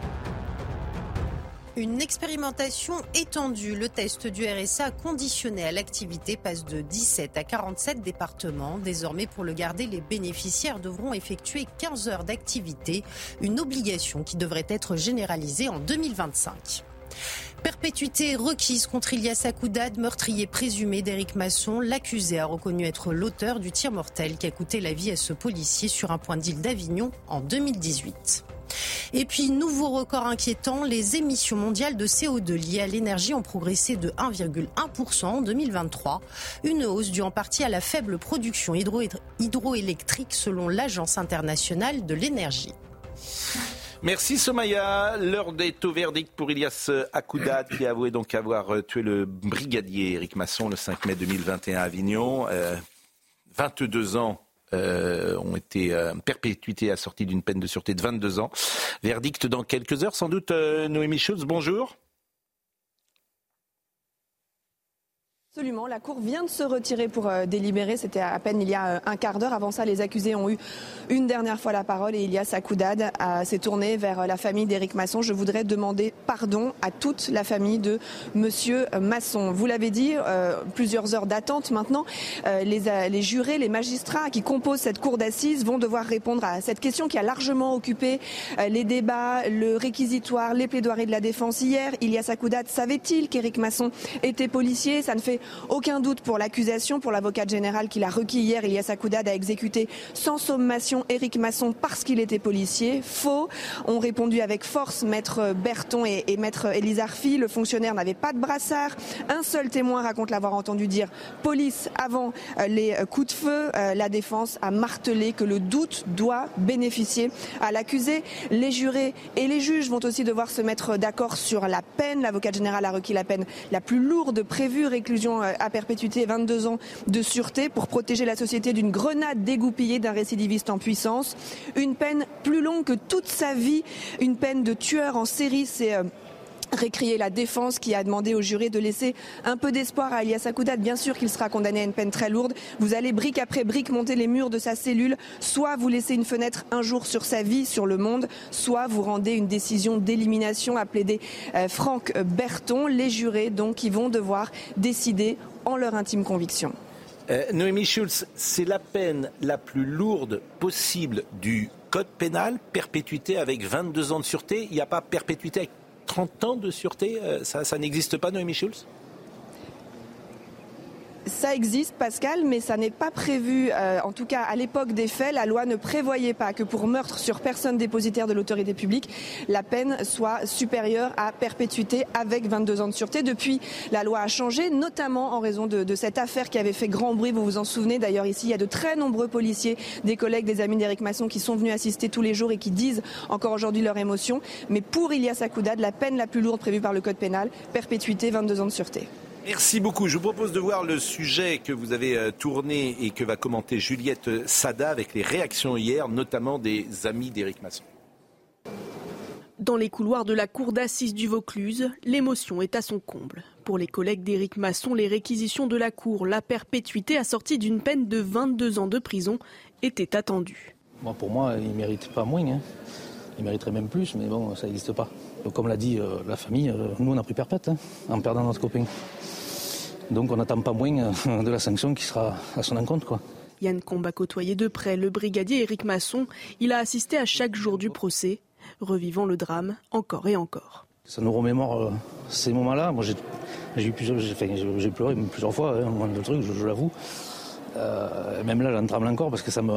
Une expérimentation étendue. Le test du RSA conditionné à l'activité passe de 17 à 47 départements. Désormais, pour le garder, les bénéficiaires devront effectuer 15 heures d'activité. Une obligation qui devrait être généralisée en 2025. Perpétuité requise contre Ilyas Akoudad, meurtrier présumé d'Éric Masson. L'accusé a reconnu être l'auteur du tir mortel qui a coûté la vie à ce policier sur un point d'île d'Avignon en 2018. Et puis, nouveau record inquiétant, les émissions mondiales de CO2 liées à l'énergie ont progressé de 1,1% en 2023. Une hausse due en partie à la faible production hydroélectrique selon l'Agence internationale de l'énergie. Merci Somaya. L'heure est au verdict pour Ilyas Akoudad qui a avoué donc avoir tué le brigadier Éric Masson le 5 mai 2021 à Avignon. 22 ans ont été perpétuité assortie d'une peine de sûreté de 22 ans. Verdict dans quelques heures. Sans doute Noémie Schultz, bonjour. Absolument, la Cour vient de se retirer pour délibérer, c'était à peine il y a un quart d'heure. Avant ça, les accusés ont eu une dernière fois la parole et Ilyas Akoudad s'est tourné vers la famille d'Éric Masson. Je voudrais demander pardon à toute la famille de Monsieur Masson. Vous l'avez dit, plusieurs heures d'attente maintenant. Les jurés, les magistrats qui composent cette cour d'assises vont devoir répondre à cette question qui a largement occupé les débats, le réquisitoire, les plaidoiries de la défense hier. Ilyas Akoudad savait-il qu'Éric Masson était policier? Ça ne fait aucun doute pour l'accusation, pour l'avocate générale qui l'a requis hier. Ilyas Akoudad a exécuté sans sommation Éric Masson parce qu'il était policier. Faux. Ont répondu avec force maître Berton et maître Élise Arfi. Le fonctionnaire n'avait pas de brassard. Un seul témoin raconte l'avoir entendu dire police avant les coups de feu. La défense a martelé que le doute doit bénéficier à l'accusé. Les jurés et les juges vont aussi devoir se mettre d'accord sur la peine. L'avocate générale a requis la peine la plus lourde prévue, réclusion à perpétuité, 22 ans de sûreté pour protéger la société d'une grenade dégoupillée d'un récidiviste en puissance. Une peine plus longue que toute sa vie, une peine de tueur en série. C'est récrié la défense qui a demandé au juré de laisser un peu d'espoir à Elias Akoudad. Bien sûr qu'il sera condamné à une peine très lourde. Vous allez brique après brique monter les murs de sa cellule. Soit vous laissez une fenêtre un jour sur sa vie, sur le monde, soit vous rendez une décision d'élimination, a plaidé Franck Berton. Les jurés donc qui vont devoir décider en leur intime conviction. Noémie Schulz, c'est la peine la plus lourde possible du code pénal, perpétuité avec 22 ans de sûreté. Il n'y a pas perpétuité avec 30 ans de sûreté, ça n'existe pas, Noémie Schulz ? Ça existe, Pascal, mais ça n'est pas prévu. En tout cas, à l'époque des faits, la loi ne prévoyait pas que pour meurtre sur personne dépositaire de l'autorité publique, la peine soit supérieure à perpétuité avec 22 ans de sûreté. Depuis, la loi a changé, notamment en raison de cette affaire qui avait fait grand bruit. Vous vous en souvenez d'ailleurs ici, il y a de très nombreux policiers, des collègues, des amis d'Éric Masson qui sont venus assister tous les jours et qui disent encore aujourd'hui leur émotion. Mais pour Elias Akoudad, la peine la plus lourde prévue par le code pénal, perpétuité, 22 ans de sûreté. Merci beaucoup. Je vous propose de voir le sujet que vous avez tourné et que va commenter Juliette Sada avec les réactions hier, notamment des amis d'Éric Masson. Dans les couloirs de la cour d'assises du Vaucluse, l'émotion est à son comble. Pour les collègues d'Éric Masson, les réquisitions de la cour, la perpétuité assortie d'une peine de 22 ans de prison étaient attendues. Bon, pour moi, il ne mérite pas moins. Il mériterait même plus, mais bon, ça n'existe pas. Donc, comme l'a dit la famille, nous on a pris perpète en perdant notre copain. Donc on n'attend pas moins de la sanction qui sera à son encontre, quoi. Yann Combe a côtoyé de près le brigadier Éric Masson. Il a assisté à chaque jour du procès, revivant le drame encore et encore. Ça nous remémore ces moments-là. Moi j'ai pleuré plusieurs fois, le truc, je l'avoue. Même là j'en tremble encore parce que ça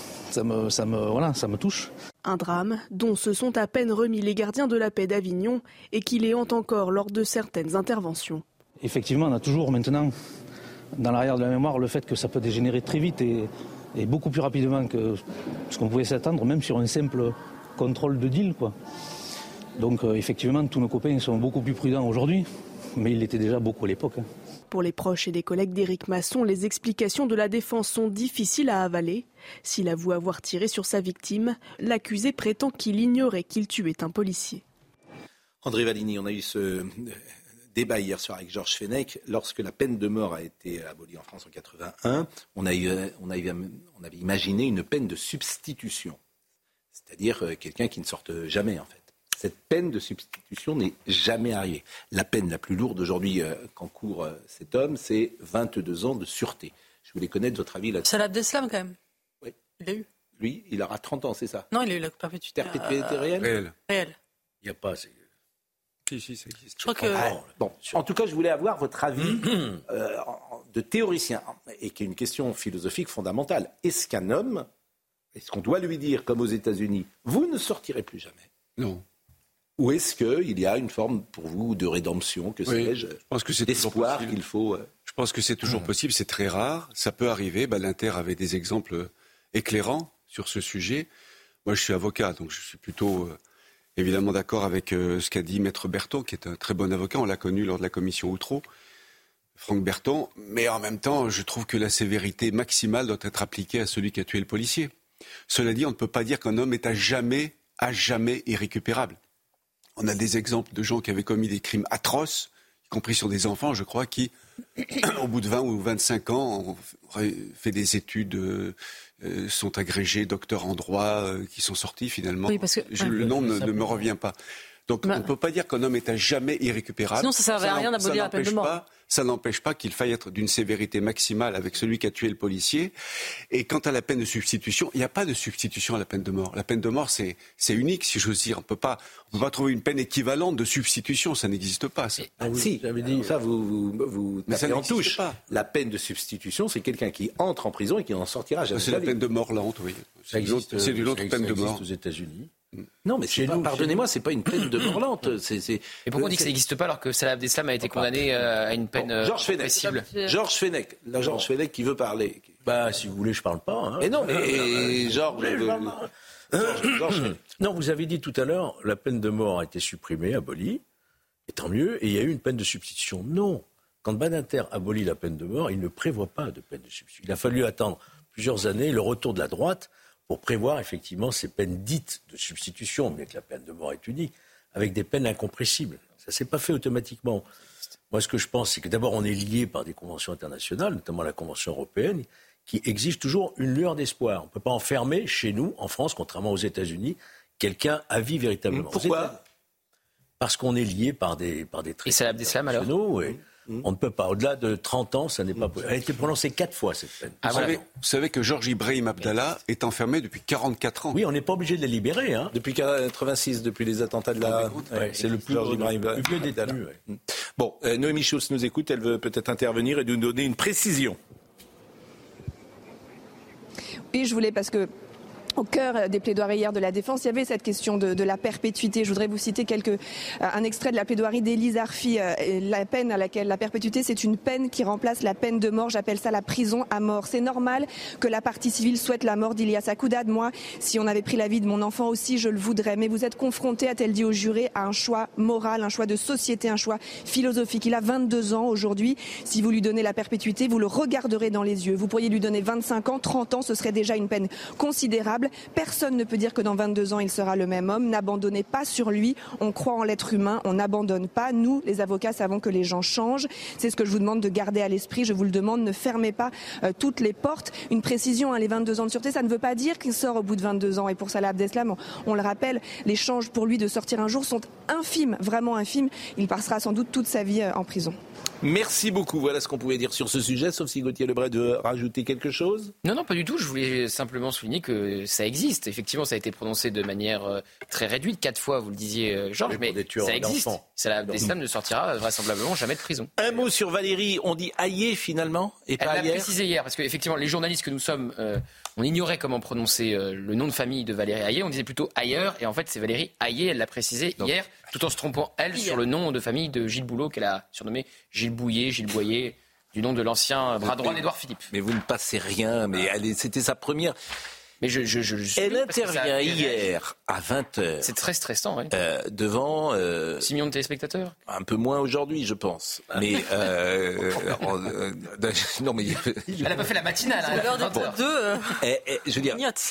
me touche. Un drame dont se sont à peine remis les gardiens de la paix d'Avignon et qui les hantent encore lors de certaines interventions. Effectivement, on a toujours maintenant dans l'arrière de la mémoire le fait que ça peut dégénérer très vite et beaucoup plus rapidement que ce qu'on pouvait s'attendre, même sur un simple contrôle de deal, quoi. Donc effectivement, tous nos copains sont beaucoup plus prudents aujourd'hui, mais ils l'étaient déjà beaucoup à l'époque. Pour les proches et les collègues d'Éric Masson, les explications de la défense sont difficiles à avaler. S'il avoue avoir tiré sur sa victime, l'accusé prétend qu'il ignorait qu'il tuait un policier. André Valigny, on a eu ce débat hier soir avec Georges Fenech. Lorsque la peine de mort a été abolie en France en 1981, on avait imaginé une peine de substitution. C'est-à-dire quelqu'un qui ne sorte jamais, en fait. Cette peine de substitution n'est jamais arrivée. La peine la plus lourde aujourd'hui qu'encourt cet homme, c'est 22 ans de sûreté. Je voulais connaître votre avis là-dessus. Salah Abdeslam, quand même. Oui. Il l'a eu. Lui, il aura 30 ans, c'est ça? Non, il a eu la perpétuité. Perpétuité réelle? Réelle. Il n'y a pas... Si, ça existe. Je crois que... Bon, en tout cas, je voulais avoir votre avis de théoricien, et qui est une question philosophique fondamentale. Est-ce qu'on doit lui dire, comme aux États-Unis, vous ne sortirez plus jamais? Non. Ou est-ce qu'il y a une forme, pour vous, de rédemption, que sais-je, d'espoir qu'il faut... Je pense que c'est toujours possible, c'est très rare, ça peut arriver. L'Inter avait des exemples éclairants sur ce sujet. Moi, je suis avocat, donc je suis plutôt... évidemment d'accord avec ce qu'a dit Maître Berton, qui est un très bon avocat. On l'a connu lors de la commission Outreau, Franck Berton. Mais en même temps, je trouve que la sévérité maximale doit être appliquée à celui qui a tué le policier. Cela dit, on ne peut pas dire qu'un homme est à jamais irrécupérable. On a des exemples de gens qui avaient commis des crimes atroces, y compris sur des enfants, je crois, qui, au bout de 20 ou 25 ans, ont fait des études... sont agrégés docteurs en droit, qui sont sortis finalement. Oui, parce que, le nom ne me revient pas. Donc on ne peut pas dire qu'un homme est à jamais irrécupérable. Sinon ça ne servait à rien d'abolir la peine de mort. Ça n'empêche pas qu'il faille être d'une sévérité maximale avec celui qui a tué le policier. Et quant à la peine de substitution, il n'y a pas de substitution à la peine de mort. La peine de mort, c'est unique, si j'ose dire. On ne peut pas trouver une peine équivalente de substitution. Ça n'existe pas. Ça. Si, j'avais dit ça, vous tapez en touche. Pas. La peine de substitution, c'est quelqu'un qui entre en prison et qui n'en sortira jamais. C'est la peine de mort lente, oui. C'est une autre peine de mort. Aux États-Unis. Non, mais pardonnez-moi, c'est pas une peine de mort lente. Et pourquoi on dit que ça n'existe pas alors que Salah Abdeslam a été condamné à une peine possible? Georges Fenech, qui veut parler. Si vous voulez, je parle pas. Mais non, mais Georges. Non, vous avez dit tout à l'heure, la peine de mort a été supprimée, abolie, et tant mieux, et il y a eu une peine de substitution. Non. Quand Badinter abolit la peine de mort, il ne prévoit pas de peine de substitution. Il a fallu attendre plusieurs années le retour de la droite pour prévoir effectivement ces peines dites de substitution, mais que la peine de mort est unique, avec des peines incompressibles. Ça ne s'est pas fait automatiquement. Moi, ce que je pense, c'est que d'abord, on est lié par des conventions internationales, notamment la Convention européenne, qui exige toujours une lueur d'espoir. On ne peut pas enfermer chez nous, en France, contrairement aux États-Unis, quelqu'un à vie véritablement. Pourquoi ? Parce qu'on est lié par des traités internationaux. On ne peut pas. Au-delà de 30 ans, ça n'est pas possible. Elle a été prononcée 4 fois, cette peine. Vous savez que Georges Ibrahim Abdallah est enfermé depuis 44 ans. Oui, on n'est pas obligé de les libérer. Hein. Depuis 86, depuis les attentats de la... c'est le plus vieux détenu. Bon, Noémie Schulz nous écoute. Elle veut peut-être intervenir et nous donner une précision. Oui, je voulais, parce que au cœur des plaidoiries hier de la défense, il y avait cette question de la perpétuité. Je voudrais vous citer un extrait de la plaidoirie d'Élise Arfi. La peine à laquelle la perpétuité, c'est une peine qui remplace la peine de mort. J'appelle ça la prison à mort. C'est normal que la partie civile souhaite la mort d'Ilias Akoudad. Moi, si on avait pris la vie de mon enfant aussi, je le voudrais. Mais vous êtes confronté, a-t-elle dit au juré, à un choix moral, un choix de société, un choix philosophique. Il a 22 ans aujourd'hui. Si vous lui donnez la perpétuité, vous le regarderez dans les yeux. Vous pourriez lui donner 25 ans, 30 ans, ce serait déjà une peine considérable. Personne ne peut dire que dans 22 ans, il sera le même homme. N'abandonnez pas sur lui. On croit en l'être humain. On n'abandonne pas. Nous, les avocats, savons que les gens changent. C'est ce que je vous demande de garder à l'esprit. Je vous le demande. Ne fermez pas toutes les portes. Une précision, les 22 ans de sûreté, ça ne veut pas dire qu'il sort au bout de 22 ans. Et pour Salah Abdeslam, on le rappelle, les chances pour lui de sortir un jour sont infimes, vraiment infimes. Il passera sans doute toute sa vie en prison. Merci beaucoup. Voilà ce qu'on pouvait dire sur ce sujet, sauf si Gauthier Lebret veut rajouter quelque chose. Non, pas du tout. Je voulais simplement souligner que ça existe. Effectivement, ça a été prononcé de manière très réduite. 4 fois, vous le disiez, Georges, mais ça existe. Salah Abdeslam ne sortira vraisemblablement jamais de prison. Un mot sur Valérie. On dit Hayé finalement et pas Ayer. Elle l'a précisé hier, parce qu'effectivement, les journalistes que nous sommes, on ignorait comment prononcer le nom de famille de Valérie Hayé. On disait plutôt Ayer, et en fait, c'est Valérie Hayé. Elle l'a précisé hier, tout en se trompant, sur le nom de famille de Gilles Boulot, qu'elle a surnommé Gilles Boyer, du nom de l'ancien bras droit d'Édouard Philippe. Mais vous ne passez rien, mais c'était sa première... Mais elle intervient hier à 20h. C'est très stressant, oui. Devant... 6 millions de téléspectateurs. Un peu moins aujourd'hui, je pense. Mais... non, mais... Elle n'a pas fait la matinale. À l'heure de 2. Je veux dire,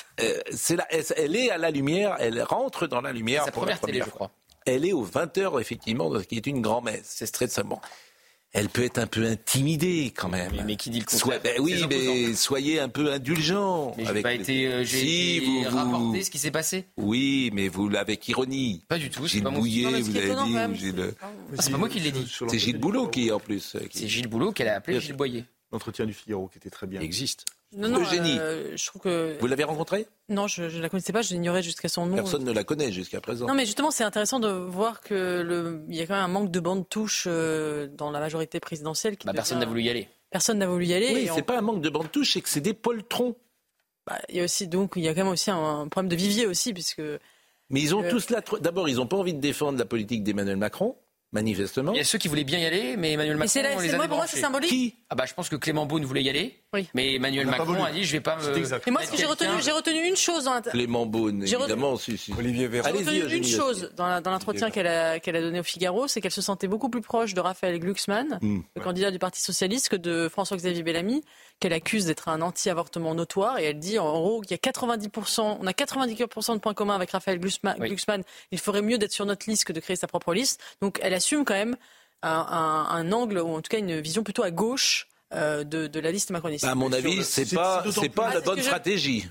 elle est à la lumière, elle rentre dans la lumière. C'est sa première télé, je crois. Elle est aux 20h, effectivement, qui est une grand-messe. C'est très bon. Elle peut être un peu intimidée quand même. Mais qui dit le contraire? Mais soyez un peu indulgent. Mais j'ai rapporté ce qui s'est passé. Oui, mais vous avec ironie. Pas du tout. Gilles Bouillet, vous avez dit. C'est pas moi qui l'ai dit. C'est Gilles Boulot qui en plus. C'est Gilles Boulot qu'elle a appelé Gilles Boyer. L'entretien du Figaro qui était très bien. Existe. Non, Eugénie. Je trouve que... Vous l'avez rencontrée ? Non, je ne la connaissais pas, je l'ignorais jusqu'à son nom. Personne ne la connaît jusqu'à présent. Non, mais justement, c'est intéressant de voir qu'il y a quand même un manque de bande touche dans la majorité présidentielle. Personne n'a voulu y aller. Personne n'a voulu y aller. Oui, c'est pas un manque de bande touche, c'est que c'est des poltrons. Il y a quand même aussi un problème de vivier aussi, puisque... Mais ils ont tous D'abord, ils n'ont pas envie de défendre la politique d'Emmanuel Macron. Manifestement. Il y a ceux qui voulaient bien y aller, mais Emmanuel Macron, on les a débranchés. Pour moi, c'est symbolique. Qui ? Je pense que Clément Beaune voulait y aller, mais Emmanuel Macron a dit je vais pas me... Et moi, j'ai retenu une chose dans Clément Beaune, évidemment. Olivier Véran. J'ai retenu une chose dans l'entretien qu'elle a donné au Figaro, c'est qu'elle se sentait beaucoup plus proche de Raphaël Glucksmann, le candidat du Parti Socialiste, que de François-Xavier Bellamy, qu'elle accuse d'être un anti-avortement notoire. Et elle dit, en gros, qu'il y a 90%, on a 90% de points communs avec Raphaël Glucksmann. Il ferait mieux d'être sur notre liste que de créer sa propre liste. Donc elle assume quand même un angle, ou en tout cas une vision plutôt à gauche de la liste macroniste. À mon avis, c'est pas la bonne stratégie.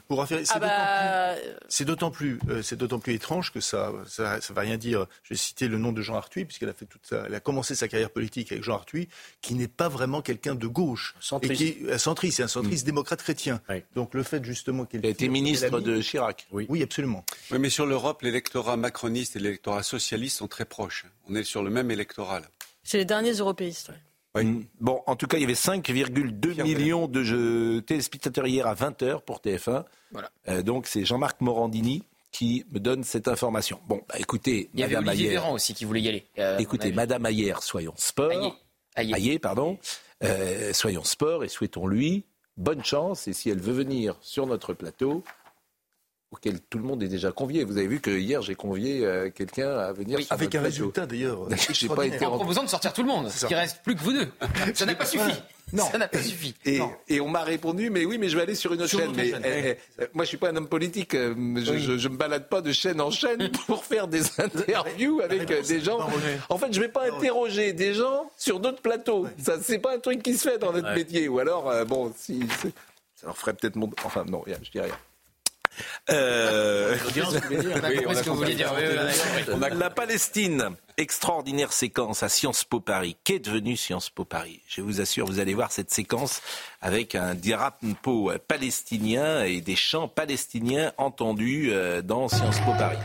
C'est d'autant plus étrange que ça va rien dire. Je vais citer le nom de Jean Arthuis, puisqu'elle a commencé sa carrière politique avec Jean Arthuis, qui n'est pas vraiment quelqu'un de gauche. Centriste. C'est un centriste démocrate chrétien. Oui. Donc le fait justement qu'elle a été ministre de Chirac. Oui, absolument. Oui, mais sur l'Europe, l'électorat macroniste et l'électorat socialiste sont très proches. On est sur le même électorat. C'est les derniers européistes. Oui. Bon, en tout cas, il y avait 5,2 millions de téléspectateurs hier à 20h pour TF1. Voilà. Donc, c'est Jean-Marc Morandini qui me donne cette information. Bon, écoutez, il y avait Olivier Véran aussi qui voulait y aller. Écoutez, Madame Ayer, soyons sport. Ayer, pardon. Soyons sport et souhaitons-lui bonne chance. Et si elle veut venir sur notre plateau, auquel tout le monde est déjà convié. Vous avez vu que hier j'ai convié quelqu'un à venir sur avec un résultat d'ailleurs. J'ai pas été en proposant de sortir tout le monde, ce qui reste plus que vous deux. Ça n'a pas suffi. Ça n'a pas suffi. Et on m'a répondu, mais oui, mais je vais aller sur une autre chaîne. Moi, je suis pas un homme politique. Je me balade pas de chaîne en chaîne pour faire des interviews avec des gens. En fait, je vais pas interroger des gens sur d'autres plateaux. Ça, c'est pas un truc qui se fait dans notre métier. Ou alors, ça leur ferait peut-être mon... Enfin, non, je dis rien. La Palestine, extraordinaire séquence à Sciences Po Paris. Qu'est devenu Sciences Po Paris ? Je vous assure, vous allez voir cette séquence avec un drapeau palestinien et des chants palestiniens entendus dans Sciences Po Paris.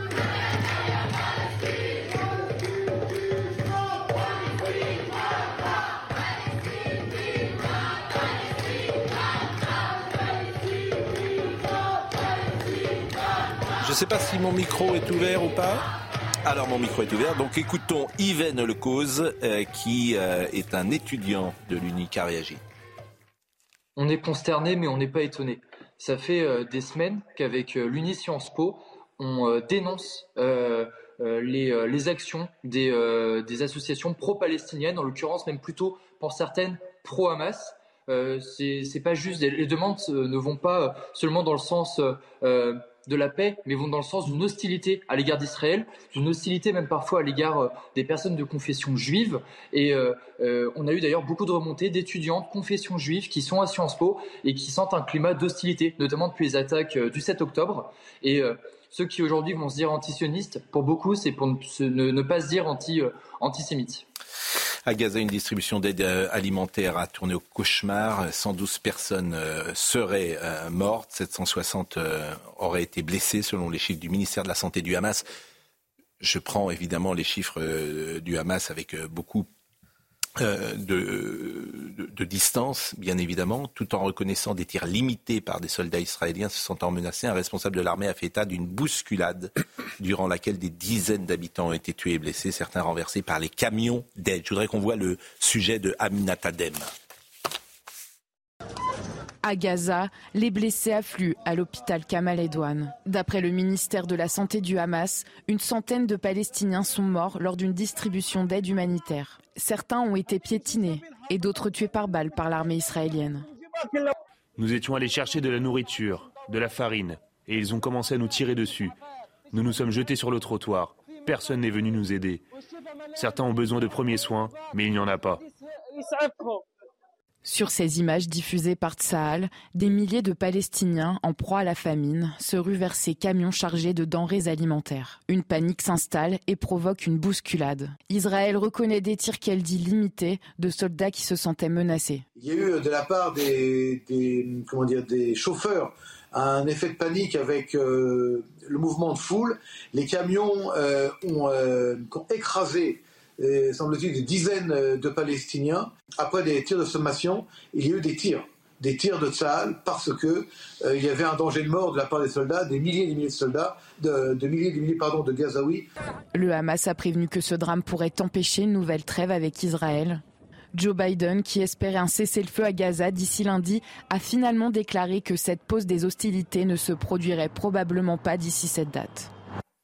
Je ne sais pas si mon micro est ouvert ou pas. Alors mon micro est ouvert. Donc écoutons Yven Lecause qui est un étudiant de l'Uni qui a réagi. On est consterné mais on n'est pas étonné. Ça fait des semaines qu'avec l'Uni Sciences Po, on dénonce les actions des associations pro-palestiniennes, en l'occurrence même plutôt pour certaines pro-Hamas. C'est pas juste, les demandes ne vont pas seulement dans le sens de la paix, mais vont dans le sens d'une hostilité à l'égard d'Israël, d'une hostilité même parfois à l'égard des personnes de confession juive. Et on a eu d'ailleurs beaucoup de remontées d'étudiants de confession juive qui sont à Sciences Po et qui sentent un climat d'hostilité, notamment depuis les attaques du 7 octobre. Et ceux qui aujourd'hui vont se dire antisionistes, pour beaucoup, c'est pour ne pas se dire antisémites. À Gaza, une distribution d'aide alimentaire a tourné au cauchemar. 112 personnes seraient mortes, 760 auraient été blessées selon les chiffres du ministère de la Santé du Hamas. Je prends évidemment les chiffres du Hamas avec beaucoup de distance, bien évidemment, tout en reconnaissant des tirs limités par des soldats israéliens se sentant menacés. Un responsable de l'armée a fait état d'une bousculade durant laquelle des dizaines d'habitants ont été tués et blessés, certains renversés par les camions d'aide. Je voudrais qu'on voit le sujet de Aminat Adem. À Gaza, les blessés affluent à l'hôpital Kamal Edouane. D'après le ministère de la Santé du Hamas, une centaine de Palestiniens sont morts lors d'une distribution d'aide humanitaire. Certains ont été piétinés et d'autres tués par balle par l'armée israélienne. Nous étions allés chercher de la nourriture, de la farine, et ils ont commencé à nous tirer dessus. Nous nous sommes jetés sur le trottoir. Personne n'est venu nous aider. Certains ont besoin de premiers soins, mais il n'y en a pas. Sur ces images diffusées par Tsahal, des milliers de Palestiniens en proie à la famine se ruent vers ces camions chargés de denrées alimentaires. Une panique s'installe et provoque une bousculade. Israël reconnaît des tirs qu'elle dit limités de soldats qui se sentaient menacés. Il y a eu de la part des chauffeurs un effet de panique avec le mouvement de foule. Les camions ont écrasé semble-t-il, des dizaines de Palestiniens. Après des tirs de sommation, il y a eu des tirs de Tsahal parce que il y avait un danger de mort de la part des soldats, des milliers et des milliers de soldats, de milliers et des milliers de Gazaouis. Le Hamas a prévenu que ce drame pourrait empêcher une nouvelle trêve avec Israël. Joe Biden, qui espérait un cessez-le-feu à Gaza d'ici lundi, a finalement déclaré que cette pause des hostilités ne se produirait probablement pas d'ici cette date.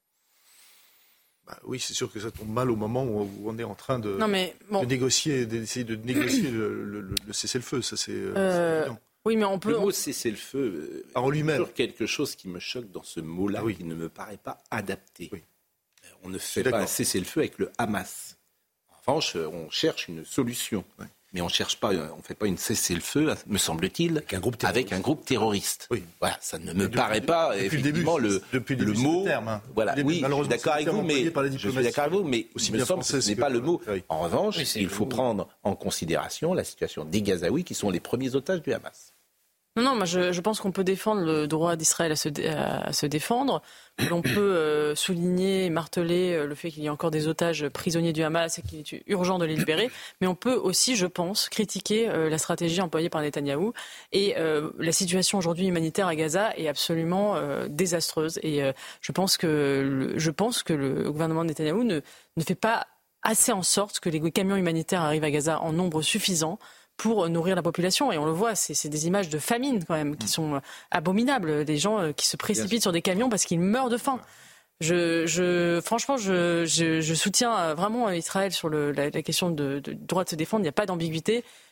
Oui, c'est sûr que ça tombe mal au moment où on est en train d'essayer de négocier le cessez-le-feu. Ça, c'est évident. Oui, mais on peut. Le mot cessez-le-feu en lui-même. C'est toujours quelque chose qui me choque dans ce mot-là, qui ne me paraît pas adapté. Oui. On ne fait pas un cessez-le-feu avec le Hamas. En revanche, on cherche une solution. Oui. Mais on ne fait pas une cessez-le-feu, me semble-t-il, avec un groupe terroriste. Oui. Voilà, ça ne me paraît pas effectivement le mot. Terme, voilà, oui, je suis d'accord avec vous, mais il me semble que ce n'est pas le mot. Oui. En revanche, il faut prendre en considération la situation des Gazaouis qui sont les premiers otages du Hamas. Non, moi je pense qu'on peut défendre le droit d'Israël à se défendre. L'on peut souligner et marteler le fait qu'il y a encore des otages prisonniers du Hamas et qu'il est urgent de les libérer. Mais on peut aussi, je pense, critiquer la stratégie employée par Netanyahou. Et la situation aujourd'hui humanitaire à Gaza est absolument désastreuse. Et je pense que le gouvernement de Netanyahou ne fait pas assez en sorte que les camions humanitaires arrivent à Gaza en nombre suffisant pour nourrir la population. Et on le voit, c'est des images de famine quand même qui sont abominables. Des gens qui se précipitent sur des camions parce qu'ils meurent de faim. Franchement, je soutiens vraiment Israël sur la question de droit de se défendre. Il n'y a pas d'ambiguïté.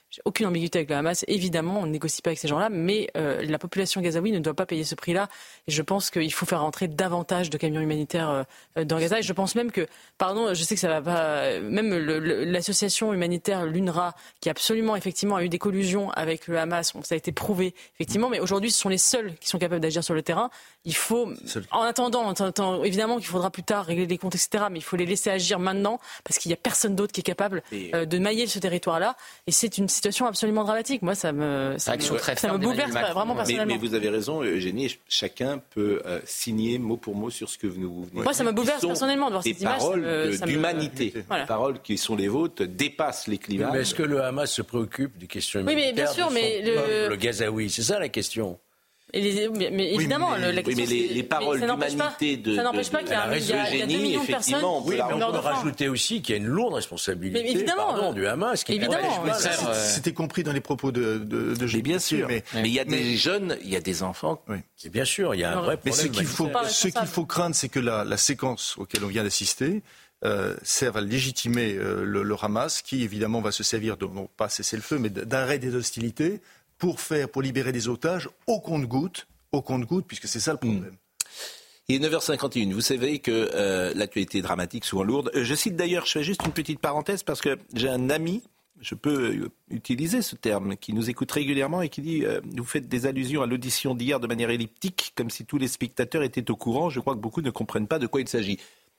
J'ai aucune ambiguïté avec le Hamas. Évidemment, on ne négocie pas avec ces gens-là, mais la population gazaoui ne doit pas payer ce prix-là. Et je pense qu'il faut faire rentrer davantage de camions humanitaires dans Gaza. Et je pense même que, je sais que ça va pas. Même l'association humanitaire, l'UNRWA, qui absolument, effectivement, a eu des collusions avec le Hamas, ça a été prouvé, effectivement. Mais aujourd'hui, ce sont les seuls qui sont capables d'agir sur le terrain. Il faut, en attendant, évidemment qu'il faudra plus tard régler les comptes, etc. Mais il faut les laisser agir maintenant, parce qu'il n'y a personne d'autre qui est capable de mailler ce territoire-là. Et c'est une situation absolument dramatique. Moi, ça me bouleverse vraiment personnellement. Mais vous avez raison, Eugénie, chacun peut signer mot pour mot sur ce que vous venez. Moi, ça me bouleverse personnellement de voir cette image. Paroles d'humanité, les paroles qui sont les vôtres dépassent les clivages. Mais est-ce que le Hamas se préoccupe des questions humanitaires bien sûr, mais le gazaoui? C'est ça la question. Mais évidemment, la question, mais les paroles d'humanité ça n'empêche pas qu'il y a 2 millions de personnes qui on peut rajouter aussi qu'il y a une lourde responsabilité du Hamas. C'était compris dans les propos de bien sûr. Mais il y a des jeunes, il y a des enfants. Et bien sûr, il y a un vrai problème. Mais ce qu'il faut craindre, c'est que la séquence auquel on vient d'assister serve à légitimer le Hamas, qui évidemment va se servir de, non pas cesser le feu, mais d'arrêt des hostilités, pour libérer des otages au compte-gouttes, puisque c'est ça le problème. Il est 9h51. Vous savez que l'actualité est dramatique, souvent lourde. Je cite d'ailleurs, je fais juste une petite parenthèse, parce que j'ai un ami, je peux utiliser ce terme, qui nous écoute régulièrement et qui dit vous faites des allusions à l'audition d'hier de manière elliptique, comme si tous les spectateurs étaient au courant. Je crois que beaucoup ne comprennent pas de quoi il s'agit.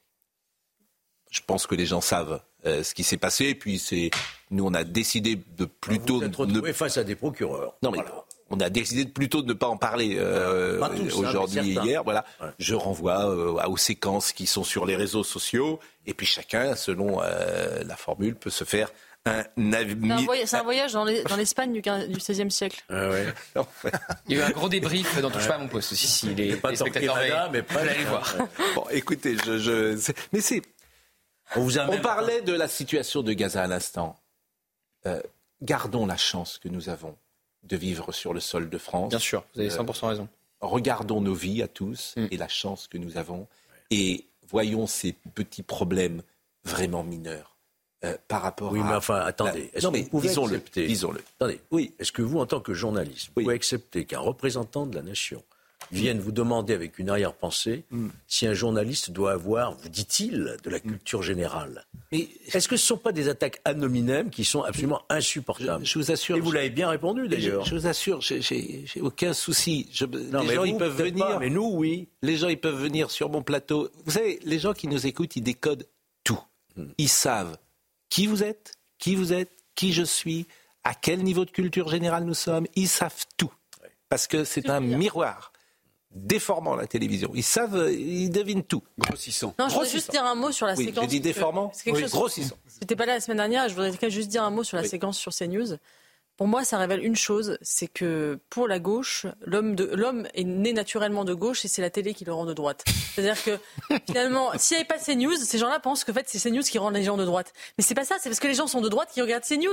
Je pense que les gens savent ce qui s'est passé. Et puis, nous, on a décidé de plutôt... Vous êtes retrouvés face à des procureurs. Non, mais on a décidé plutôt de ne pas en parler aujourd'hui et hier. Voilà. Ouais. Je renvoie aux séquences qui sont sur les réseaux sociaux. Et puis, chacun, selon la formule, peut se faire un avis. C'est un voyage dans l'Espagne du XVIe siècle. Ouais. Il y a eu un gros débrief dans Touche pas à mon poste aussi. Si les spectateurs mais pas aller voir. Bon, écoutez, mais c'est... On parlait de la situation de Gaza à l'instant. Gardons la chance que nous avons de vivre sur le sol de France. Bien sûr, vous avez 100% raison. Regardons nos vies à tous et la chance que nous avons et voyons ces petits problèmes vraiment mineurs par rapport à... Oui, mais enfin, attendez. Est-ce que vous pouvez accepter... Disons-le. Attendez. Oui. Est-ce que vous, en tant que journaliste, vous pouvez accepter qu'un représentant de la nation viennent vous demander avec une arrière-pensée si un journaliste doit avoir, vous dit-il, de la culture générale. Mais est-ce que ce ne sont pas des attaques ad hominem qui sont absolument insupportables? Je vous assure. Et vous l'avez bien répondu d'ailleurs. Je vous assure, j'ai aucun souci. Les gens, ils peuvent venir. Pas, mais nous, oui. Les gens, ils peuvent venir sur mon plateau. Vous savez, les gens qui nous écoutent, ils décodent tout. Ils savent qui vous êtes, qui je suis, à quel niveau de culture générale nous sommes. Ils savent tout. Parce que c'est un miroir déformant la télévision. Ils savent, ils devinent tout. Grossissant. Non, je voudrais juste dire un mot sur la séquence. J'ai dit déformant, grossissant. J'étais pas là la semaine dernière, je voudrais juste dire un mot sur la séquence sur CNews. Pour moi, ça révèle une chose, c'est que pour la gauche, l'homme est né naturellement de gauche et c'est la télé qui le rend de droite. C'est-à-dire que finalement, s'il n'y avait pas CNews, ces gens-là pensent que en fait, c'est CNews qui rend les gens de droite. Mais c'est pas ça, c'est parce que les gens sont de droite qui regardent CNews.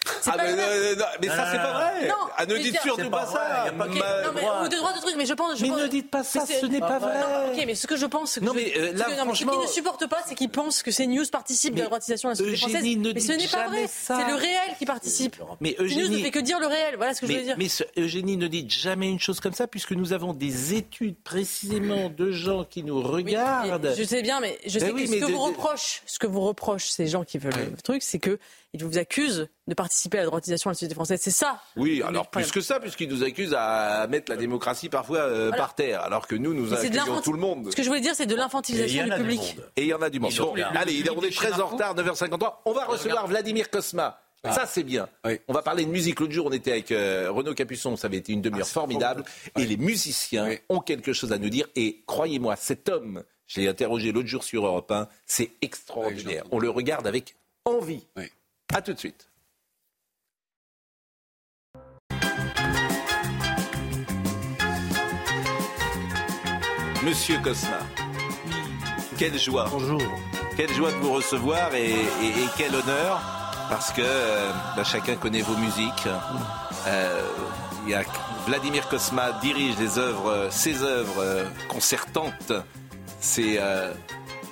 Mais ça, c'est pas vrai. Non, ne dites surtout pas ça. Ou de droite, de truc, mais je pense. Mais ne dites pas ça, ce n'est pas vrai. Ok, mais ce que je pense, ce qu'ils ne supportent pas, c'est qu'ils pensent que CNews participe de la droitisation de la société française. Mais ce n'est pas vrai. C'est le réel qui participe. Mais Eugénie ne fait que dire le réel, voilà ce que je veux dire. Mais Eugénie, ne dites jamais une chose comme ça, puisque nous avons des études précisément de gens qui nous regardent. Je sais bien, mais je sais que ce que vous reproche ces gens qui veulent le truc, c'est qu'ils vous accusent de participer à la droitisation de la société française. C'est ça. Oui, alors plus que ça, puisqu'ils nous accusent à mettre la démocratie parfois par terre, alors que nous accueillons tout le monde. Ce que je voulais dire, c'est de l'infantilisation du public. Et il y en a du monde. Bon, allez, on est très en retard, 9h53. On va recevoir Vladimir Cosma. Ça, c'est bien. Oui. On va parler de musique. L'autre jour, on était avec Renaud Capuçon. Ça avait été une demi-heure formidable. Et les musiciens ont quelque chose à nous dire. Et croyez-moi, cet homme, je l'ai interrogé l'autre jour sur Europe 1, c'est extraordinaire. On le regarde avec envie. Oui. À tout de suite. Monsieur Cosma, quelle joie. Bonjour. Quelle joie de vous recevoir et quel honneur. Parce que chacun connaît vos musiques. Vladimir Cosma dirige ses œuvres concertantes. C'est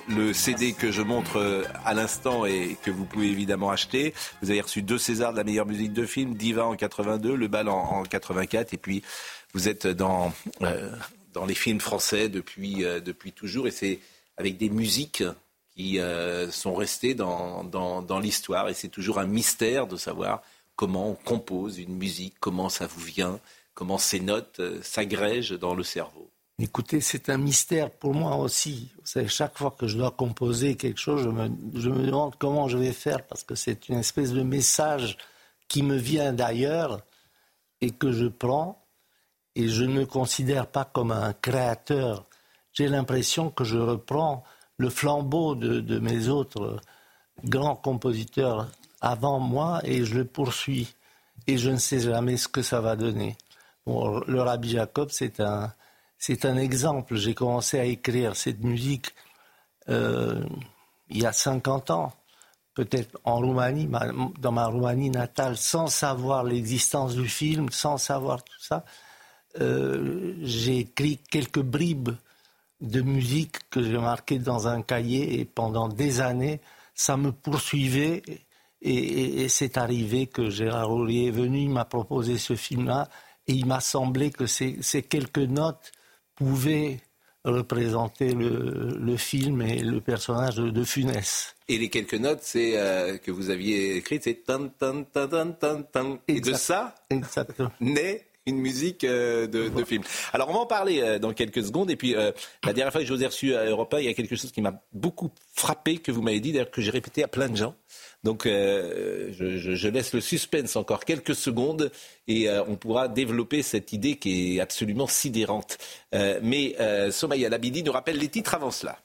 le CD que je montre à l'instant et que vous pouvez évidemment acheter. Vous avez reçu 2 Césars de la meilleure musique de film, Diva en 82, Le Bal en 84, et puis vous êtes dans les films français depuis toujours, et c'est avec des musiques qui sont restées dans l'histoire, et c'est toujours un mystère de savoir comment on compose une musique, comment ça vous vient, comment ces notes s'agrègent dans le cerveau. Écoutez, c'est un mystère pour moi aussi. Vous savez, chaque fois que je dois composer quelque chose, je me demande comment je vais faire, parce que c'est une espèce de message qui me vient d'ailleurs et que je prends, et je ne me considère pas comme un créateur. J'ai l'impression que je reprends le flambeau de mes autres grands compositeurs avant moi et je le poursuis. Et je ne sais jamais ce que ça va donner. Bon, le Rabbi Jacob, c'est un exemple. J'ai commencé à écrire cette musique il y a 50 ans, peut-être en Roumanie, dans ma Roumanie natale, sans savoir l'existence du film, sans savoir tout ça. J'ai écrit quelques bribes de musique que j'ai marquées dans un cahier et pendant des années, ça me poursuivait et c'est arrivé que Gérard Aurier est venu, il m'a proposé ce film-là et il m'a semblé que ces quelques notes pouvaient représenter le film et le personnage de Funès. Et les quelques notes que vous aviez écrites, c'est tan tan tan tan tan tan. Et de ça naît une musique de film. Alors on va en parler dans quelques secondes. Et puis la dernière fois que je vous ai reçu à Europe 1, il y a quelque chose qui m'a beaucoup frappé, que vous m'avez dit, d'ailleurs que j'ai répété à plein de gens. Donc je laisse le suspense encore quelques secondes et on pourra développer cette idée qui est absolument sidérante. Mais Somaya Labidi nous rappelle les titres avant cela.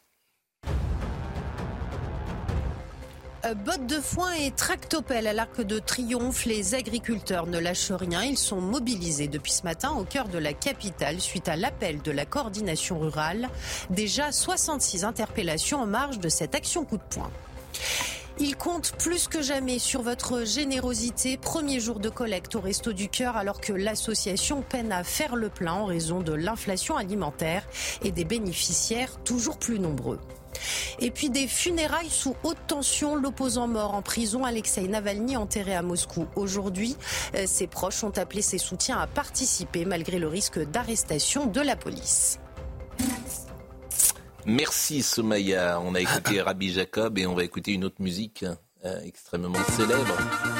Bottes de foin et tractopelles à l'Arc de Triomphe, les agriculteurs ne lâchent rien. Ils sont mobilisés depuis ce matin au cœur de la capitale suite à l'appel de la coordination rurale. Déjà 66 interpellations en marge de cette action coup de poing. Il compte plus que jamais sur votre générosité. Premier jour de collecte au Resto du Cœur alors que l'association peine à faire le plein en raison de l'inflation alimentaire et des bénéficiaires toujours plus nombreux. Et puis des funérailles sous haute tension, l'opposant mort en prison Alexeï Navalny enterré à Moscou aujourd'hui. Ses proches ont appelé ses soutiens à participer malgré le risque d'arrestation de la police. Merci Somaya. On a écouté Rabbi Jacob et on va écouter une autre musique extrêmement célèbre.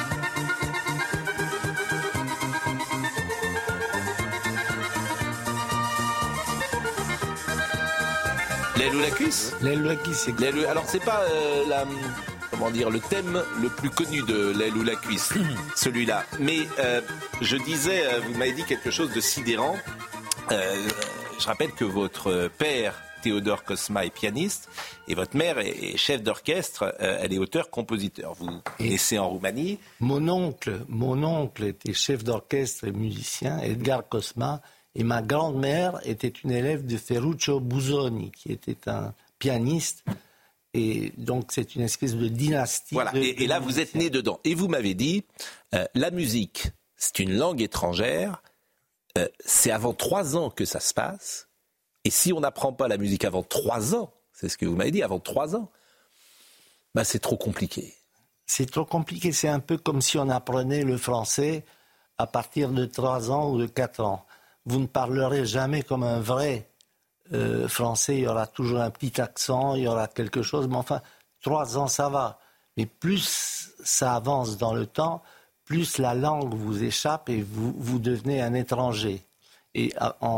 L'aile ou la cuisse ? L'aile ou la cuisse, c'est l'aile. Alors c'est pas le thème le plus connu de l'aile ou la cuisse, celui-là. Mais je disais, vous m'avez dit quelque chose de sidérant. Je rappelle que votre père, Théodore Cosma, est pianiste et votre mère est chef d'orchestre. Elle est auteur-compositeur. Vous naissez en Roumanie. Mon oncle était chef d'orchestre et musicien, Edgar Cosma. Et ma grand-mère était une élève de Ferruccio Busoni, qui était un pianiste. Et donc, c'est une espèce de dynastie. Voilà, et là, vous êtes né dedans. Et vous m'avez dit, la musique, c'est une langue étrangère. C'est avant 3 ans que ça se passe. Et si on n'apprend pas la musique avant 3 ans, c'est ce que vous m'avez dit, avant 3 ans, bah, c'est trop compliqué. C'est trop compliqué. C'est un peu comme si on apprenait le français à partir de 3 ans ou de 4 ans. Vous ne parlerez jamais comme un vrai français. Il y aura toujours un petit accent, il y aura quelque chose. Mais enfin, 3 ans, ça va. Mais plus ça avance dans le temps, plus la langue vous échappe et vous devenez un étranger. Et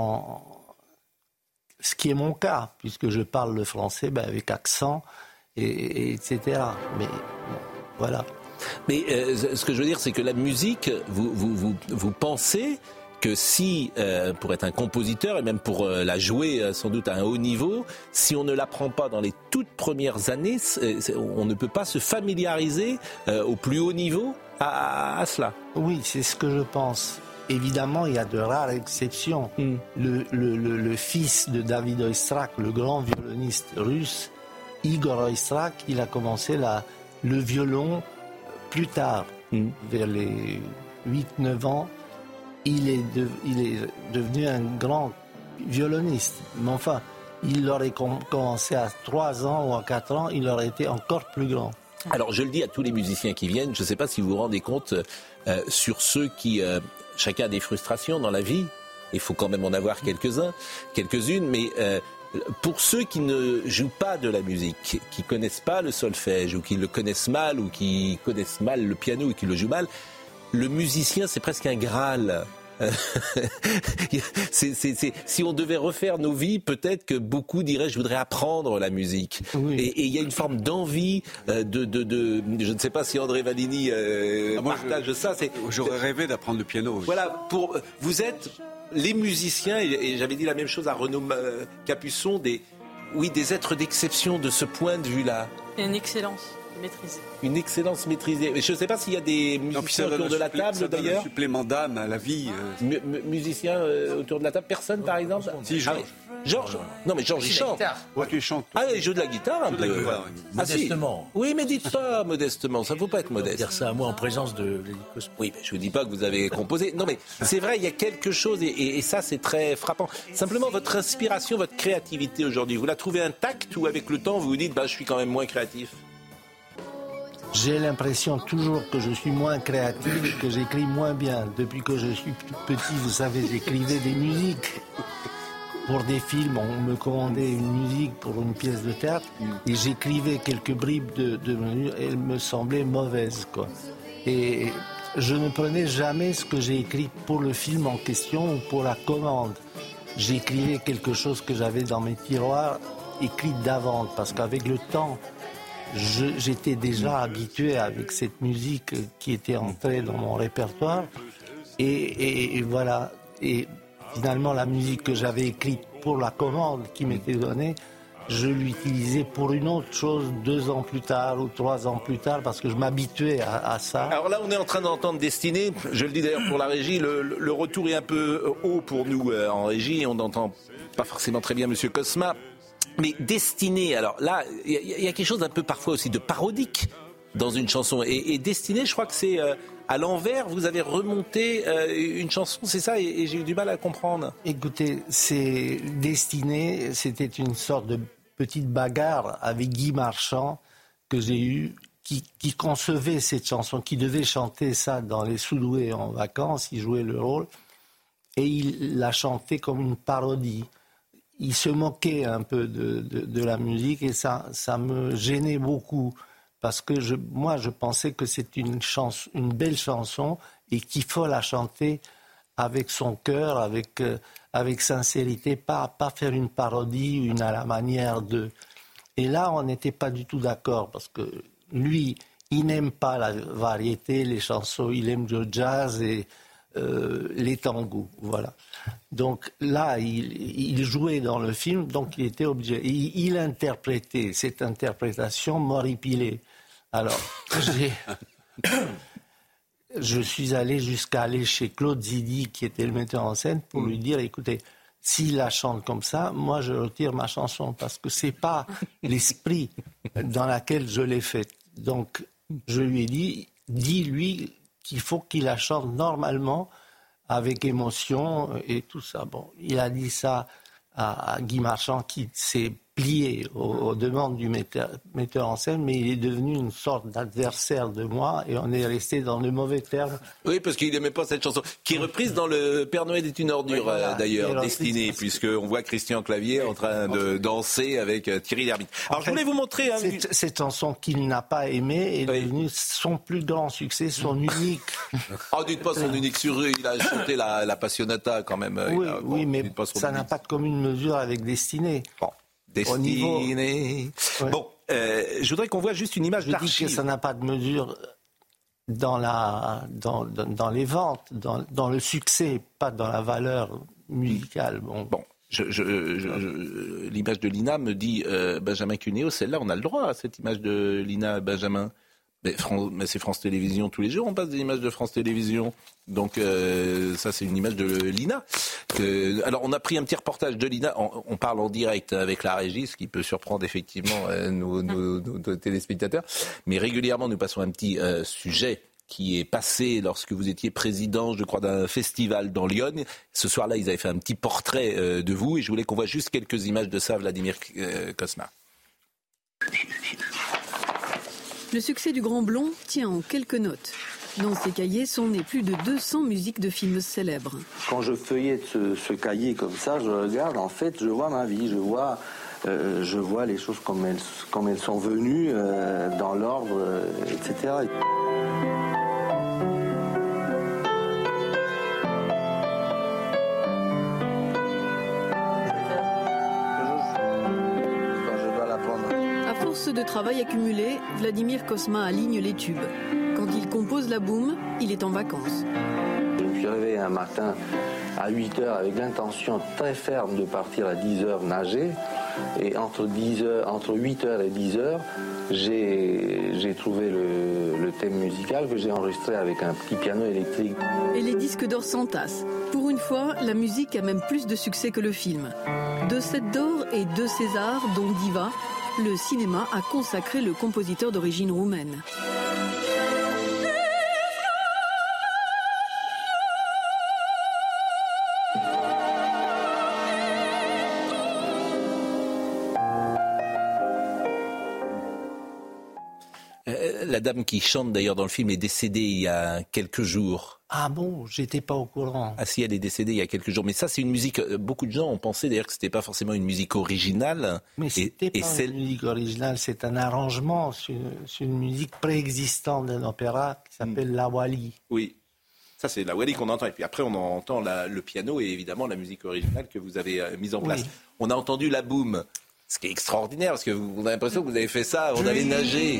ce qui est mon cas, puisque je parle le français avec accent, etc. Mais bon, voilà. Mais ce que je veux dire, c'est que la musique, vous pensez que si, pour être un compositeur, et même pour la jouer sans doute à un haut niveau, si on ne l'apprend pas dans les toutes premières années, on ne peut pas se familiariser au plus haut niveau à cela. Oui, c'est ce que je pense. Évidemment, il y a de rares exceptions. Le fils de David Oistrakh, le grand violoniste russe, Igor Oistrakh, il a commencé le violon plus tard, vers les 8-9 ans. Il est devenu un grand violoniste. Mais enfin, il aurait commencé à 3 ans ou à 4 ans, il aurait été encore plus grand. Alors je le dis à tous les musiciens qui viennent, je ne sais pas si vous vous rendez compte sur ceux qui, chacun a des frustrations dans la vie, il faut quand même en avoir quelques-unes, mais pour ceux qui ne jouent pas de la musique, qui connaissent pas le solfège, ou qui le connaissent mal, ou qui connaissent mal le piano et qui le jouent mal, le musicien c'est presque un Graal. Si on devait refaire nos vies, peut-être que beaucoup diraient je voudrais apprendre la musique. Oui. Et il y a une forme d'envie je ne sais pas si André Vanini partage ça. J'aurais rêvé d'apprendre le piano. Oui. Voilà, vous êtes les musiciens, et j'avais dit la même chose à Renaud Capuçon, des êtres d'exception de ce point de vue-là. Et une excellence maîtrisée. Une excellence maîtrisée. Mais je ne sais pas s'il y a des musiciens autour de la table, d'ailleurs. Un supplément d'âme à la vie. Musiciens autour de la table, personne, par exemple. Si, Georges. Georges. Non, mais Georges, il chante. Ouais, tu chantes. Ah, il joue de la guitare un peu. Modestement. Oui, mais dites pas modestement, ça ne faut pas être modeste. Dire ça à moi en présence de Lily Cosmo. Oui, mais je ne vous dis pas que vous avez composé. Non, mais c'est vrai, il y a quelque chose, et ça, c'est très frappant. Simplement, votre inspiration, votre créativité aujourd'hui, vous la trouvez intacte ou avec le temps, vous vous dites, je suis quand même moins créatif? J'ai l'impression toujours que je suis moins créatif, que j'écris moins bien. Depuis que je suis petit, vous savez, j'écrivais des musiques. Pour des films, on me commandait une musique pour une pièce de théâtre et j'écrivais quelques bribes de mesures et elles me semblaient mauvaises, quoi. Et je ne prenais jamais ce que j'ai écrit pour le film en question ou pour la commande. J'écrivais quelque chose que j'avais dans mes tiroirs, écrit d'avance, parce qu'avec le temps, j'étais déjà habitué avec cette musique qui était entrée dans mon répertoire. Et voilà. Et finalement, la musique que j'avais écrite pour la commande qui m'était donnée, je l'utilisais pour une autre chose 2 ans plus tard ou 3 ans plus tard parce que je m'habituais à ça. Alors là, on est en train d'entendre Destinée. Je le dis d'ailleurs pour la régie, le retour est un peu haut pour nous en régie. On n'entend pas forcément très bien Monsieur Cosma. Mais Destinée, alors là, il y a quelque chose d'un peu parfois aussi de parodique dans une chanson. Et Destinée, je crois que c'est à l'envers, vous avez remonté une chanson, c'est ça, et j'ai eu du mal à comprendre. Écoutez, c'est Destinée, c'était une sorte de petite bagarre avec Guy Marchand que j'ai eue, qui concevait cette chanson, qui devait chanter ça dans les Soudoués en vacances, il jouait le rôle, et il l'a chanté comme une parodie. Il se moquait un peu de la musique et ça me gênait beaucoup parce que moi je pensais que c'est une belle chanson et qu'il faut la chanter avec son cœur, avec sincérité, pas faire une parodie, une à la manière de... Et là on n'était pas du tout d'accord parce que lui, il n'aime pas la variété, les chansons, il aime le jazz et les tangos, voilà. Donc là, il jouait dans le film, donc il était obligé. Il interprétait cette interprétation m'horripilait. Alors, je suis allé jusqu'à aller chez Claude Zidi, qui était le metteur en scène, pour lui dire, écoutez, s'il la chante comme ça, moi je retire ma chanson, parce que c'est pas l'esprit dans lequel je l'ai faite. Donc, je lui ai dit, dis-lui qu'il faut qu'il la chante normalement, avec émotion et tout ça. Bon, il a dit ça à Guy Marchand qui s'est plié aux demandes du metteur en scène, mais il est devenu une sorte d'adversaire de moi et on est resté dans de mauvais termes. Oui, parce qu'il n'aimait pas cette chanson, qui est reprise dans le Père Noël est une ordure, voilà, d'ailleurs, Destinée, puisqu'on voit Christian Clavier en train de danser avec Thierry Lhermitte. Alors, je voulais vous montrer... Cette chanson qu'il n'a pas aimée est devenue son plus grand succès, son unique... Oh, dites pas son unique sur eux, il a chanté la Passionata quand même. Oui, mais ça n'a pas de commune mesure avec Destinée. Bon. Destinée. Ouais. Bon, je voudrais qu'on voit juste une image d'archive. Je dis que ça n'a pas de mesure dans les ventes, dans le succès, pas dans la valeur musicale. Bon. L'image de Lina me dit Benjamin Cuneo, celle-là, on a le droit à cette image de Lina Benjamin. Mais c'est France Télévisions tous les jours, on passe des images de France Télévisions. Donc ça, c'est une image de Lina. Alors, on a pris un petit reportage de Lina. On parle en direct avec la régie, ce qui peut surprendre effectivement nos téléspectateurs. Mais régulièrement, nous passons un petit sujet qui est passé lorsque vous étiez président, je crois, d'un festival dans Lyon. Ce soir-là, ils avaient fait un petit portrait de vous et je voulais qu'on voit juste quelques images de ça, Vladimir Cosma. Le succès du Grand Blond tient en quelques notes. Dans ces cahiers sont nées plus de 200 musiques de films célèbres. Quand je feuillette ce cahier comme ça, je regarde, en fait, je vois ma vie, je vois les choses comme elles sont venues, dans l'ordre, etc. À force de travail accumulé, Vladimir Cosma aligne les tubes. Quand il compose la boum, il est en vacances. Je me suis réveillé un matin à 8h avec l'intention très ferme de partir à 10h nager. Et entre 8h et 10h, j'ai trouvé le thème musical que j'ai enregistré avec un petit piano électrique. Et les disques d'or s'entassent. Pour une fois, la musique a même plus de succès que le film. 2 sets d'or et 2 Césars, dont Diva, le cinéma a consacré le compositeur d'origine roumaine. La dame qui chante d'ailleurs dans le film est décédée il y a quelques jours. Ah bon, j'étais pas au courant. Ah si, elle est décédée il y a quelques jours. Mais ça, c'est une musique. Beaucoup de gens ont pensé d'ailleurs que c'était pas forcément une musique originale. Mais c'était pas une musique originale, c'est un arrangement. C'est une musique préexistante d'un opéra qui s'appelle La Wally. Oui. Ça, c'est la Wally qu'on entend. Et puis après, on entend le piano et évidemment la musique originale que vous avez mise en place. Oui. On a entendu la boum. Ce qui est extraordinaire, parce que vous avez l'impression que vous avez fait ça, on allait nager,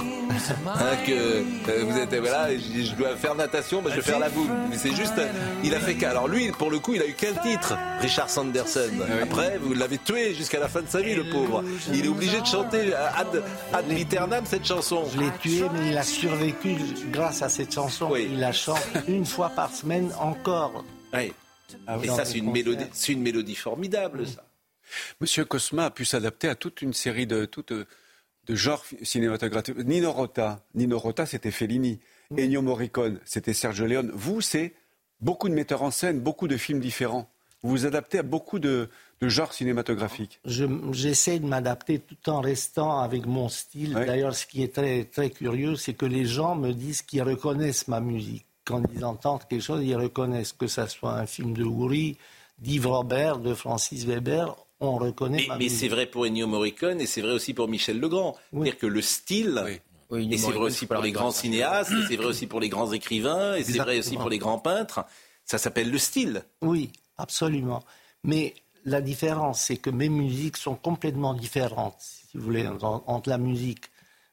que vous êtes, voilà, je dois faire natation, je vais faire la boum. Mais c'est juste, il a fait qu'à. Alors lui, pour le coup, il a eu quel titre ? Richard Sanderson. Après, vous l'avez tué jusqu'à la fin de sa vie, le pauvre. Il est obligé de chanter ad liternam cette chanson. Je l'ai tué, mais il a survécu grâce à cette chanson. Oui. Il la chante une fois par semaine encore. Oui. Et ça, c'est une mélodie formidable, ça. Monsieur Cosma a pu s'adapter à toute une série de genres cinématographiques. Nino Rota, c'était Fellini. Ennio Morricone, c'était Sergio Leone. Vous, c'est beaucoup de metteurs en scène, beaucoup de films différents. Vous vous adaptez à beaucoup de genres cinématographiques. J'essaie de m'adapter tout en restant avec mon style. Oui. D'ailleurs, ce qui est très, très curieux, c'est que les gens me disent qu'ils reconnaissent ma musique. Quand ils entendent quelque chose, ils reconnaissent que ça soit un film de Houry, d'Yves Robert, de Francis Weber. On reconnaît mais c'est vrai pour Ennio Morricone et c'est vrai aussi pour Michel Legrand. Oui. C'est-à-dire que le style, et c'est vrai aussi pour les grands cinéastes, et c'est vrai aussi pour les grands écrivains, et c'est vrai aussi pour les grands peintres, ça s'appelle le style. Oui, absolument. Mais la différence, c'est que mes musiques sont complètement différentes, si vous voulez, entre la musique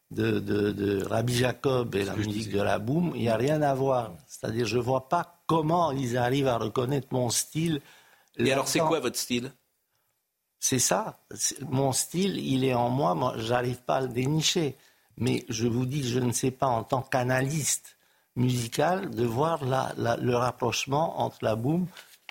de Rabbi Jacob et la musique de la boum, il n'y a rien à voir. C'est-à-dire, je ne vois pas comment ils arrivent à reconnaître mon style. Et alors, c'est quoi votre style ? C'est ça. Mon style, il est en moi. Je n'arrive pas à le dénicher. Mais je vous dis que je ne sais pas, en tant qu'analyste musical, de voir le rapprochement entre la boum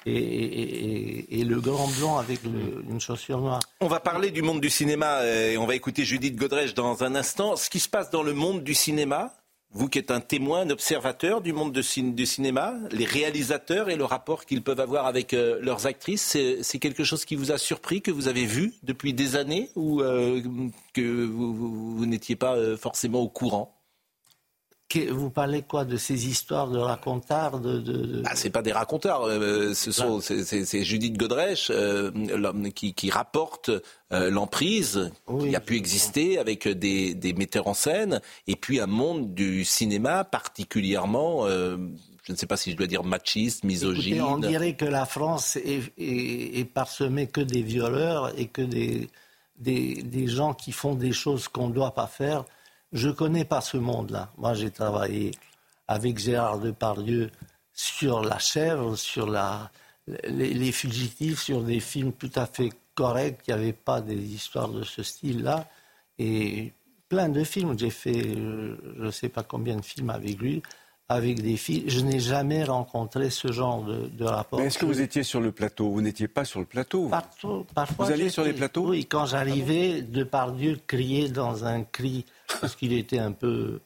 et le grand blanc avec une chaussure noire. On va parler du monde du cinéma et on va écouter Judith Godrèche dans un instant. Ce qui se passe dans le monde du cinéma, vous qui êtes un témoin, un observateur du monde du cinéma, les réalisateurs et le rapport qu'ils peuvent avoir avec leurs actrices, c'est quelque chose qui vous a surpris, que vous avez vu depuis des années ou que vous n'étiez pas forcément au courant ? Vous parlez quoi, de ces histoires de racontards c'est pas des racontards, c'est Judith Godrèche qui rapporte l'emprise qui a pu exister avec des metteurs en scène et puis un monde du cinéma particulièrement, je ne sais pas si je dois dire machiste, misogyne. Écoutez, on dirait que la France est parsemée que des violeurs et que des gens qui font des choses qu'on ne doit pas faire. Je ne connais pas ce monde-là. Moi, j'ai travaillé avec Gérard Depardieu sur La Chèvre, sur les fugitifs, sur des films tout à fait corrects. Il n'y avait pas des histoires de ce style-là. Et plein de films. J'ai fait, je ne sais pas combien de films avec lui, avec des filles. Je n'ai jamais rencontré ce genre de rapport. Mais est-ce que vous étiez sur le plateau ? Vous n'étiez pas sur le plateau. Parfois, vous alliez sur les plateaux ? Oui, quand j'arrivais, Depardieu criait dans un cri, parce qu'il était un peu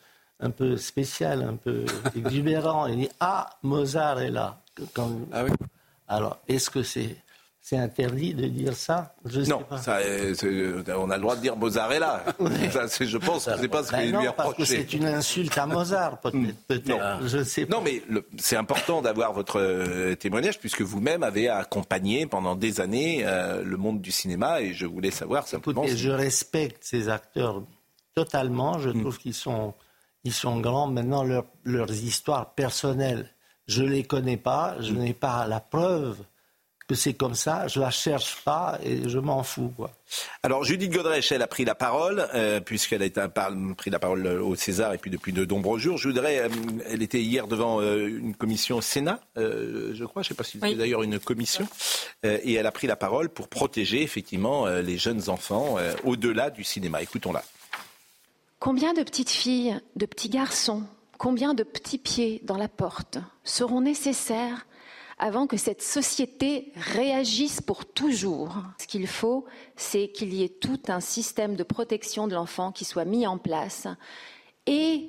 un peu spécial, un peu exubérant. Il dit « Ah, Mozart est là ». Ah oui. Alors, est-ce que c'est interdit de dire ça? Je sais pas. On a le droit de dire Mozart est là. Ça, je pense que c'est pas ce qu'il lui a reproché. Parce que c'est une insulte à Mozart, peut-être. Non. Je sais pas. Non, mais c'est important d'avoir votre témoignage, puisque vous-même avez accompagné pendant des années le monde du cinéma, et je voulais savoir simplement... Écoutez, je respecte ces acteurs totalement. Je trouve qu'ils sont grands. Maintenant, leurs histoires personnelles, je ne les connais pas. Je n'ai pas la preuve que c'est comme ça, je la cherche pas et je m'en fous, quoi. Alors Judith Godrèche, elle a pris la parole puisqu'elle a pris la parole au César et puis depuis de nombreux jours. Elle était hier devant une commission au Sénat, je crois, je ne sais pas si c'était d'ailleurs une commission, et elle a pris la parole pour protéger effectivement les jeunes enfants au-delà du cinéma. Écoutons-la. Combien de petites filles, de petits garçons, combien de petits pieds dans la porte seront nécessaires avant que cette société réagisse pour toujours? Ce qu'il faut, c'est qu'il y ait tout un système de protection de l'enfant qui soit mis en place et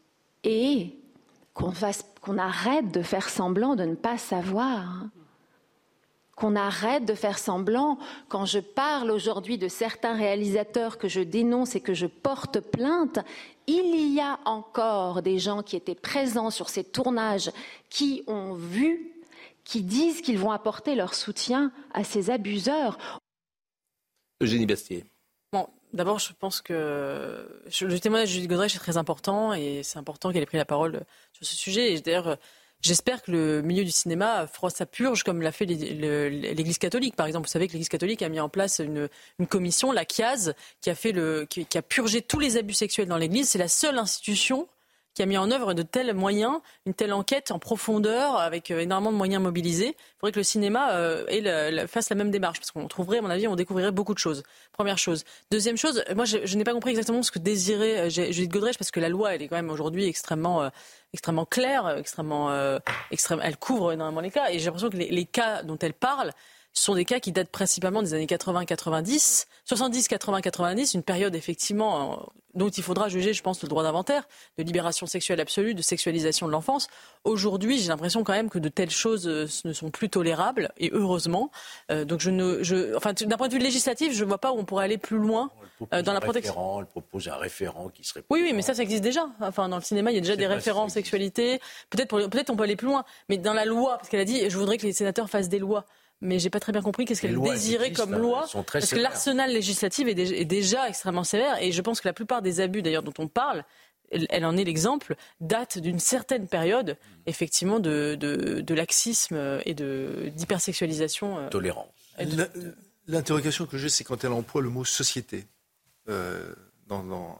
qu'on arrête de faire semblant de ne pas savoir. Qu'on arrête de faire semblant, quand je parle aujourd'hui de certains réalisateurs que je dénonce et que je porte plainte, il y a encore des gens qui étaient présents sur ces tournages, qui ont vu, qui disent qu'ils vont apporter leur soutien à ces abuseurs. Eugénie Bastier. Bon, d'abord, je pense que le témoignage de Judith Godrèche est très important et c'est important qu'elle ait pris la parole sur ce sujet. Et d'ailleurs, j'espère que le milieu du cinéma fera sa purge comme l'a fait l'Église catholique. Par exemple, vous savez que l'Église catholique a mis en place une commission, la CIAZ, qui a purgé tous les abus sexuels dans l'Église. C'est la seule institution qui a mis en œuvre de tels moyens, une telle enquête en profondeur, avec énormément de moyens mobilisés. Il faudrait que le cinéma fasse la même démarche, parce qu'on trouverait, à mon avis, on découvrirait beaucoup de choses. Première chose. Deuxième chose, moi, je n'ai pas compris exactement ce que désirait Judith Godrèche, parce que la loi, elle est quand même aujourd'hui extrêmement claire, elle couvre énormément les cas, et j'ai l'impression que les cas dont elle parle sont des cas qui datent principalement des années 80-90, 70-80-90, une période effectivement dont il faudra juger, je pense, le droit d'inventaire, de libération sexuelle absolue, de sexualisation de l'enfance. Aujourd'hui, j'ai l'impression quand même que de telles choses ne sont plus tolérables, et heureusement. Donc d'un point de vue législatif, je ne vois pas où on pourrait aller plus loin dans la protection. Elle propose un référent qui serait... Oui, mais ça existe déjà. Enfin, dans le cinéma, il y a déjà des référents en sexualité. Peut-être on peut aller plus loin. Mais dans la loi, parce qu'elle a dit, je voudrais que les sénateurs fassent des lois. Mais j'ai pas très bien compris qu'est-ce qu'elle désirait comme loi, parce que l'arsenal législatif est déjà extrêmement sévère, et je pense que la plupart des abus d'ailleurs dont on parle, elle en est l'exemple, datent d'une certaine période, effectivement, de laxisme et d'hypersexualisation. Tolérance. L'interrogation que j'ai, c'est quand elle emploie le mot société dans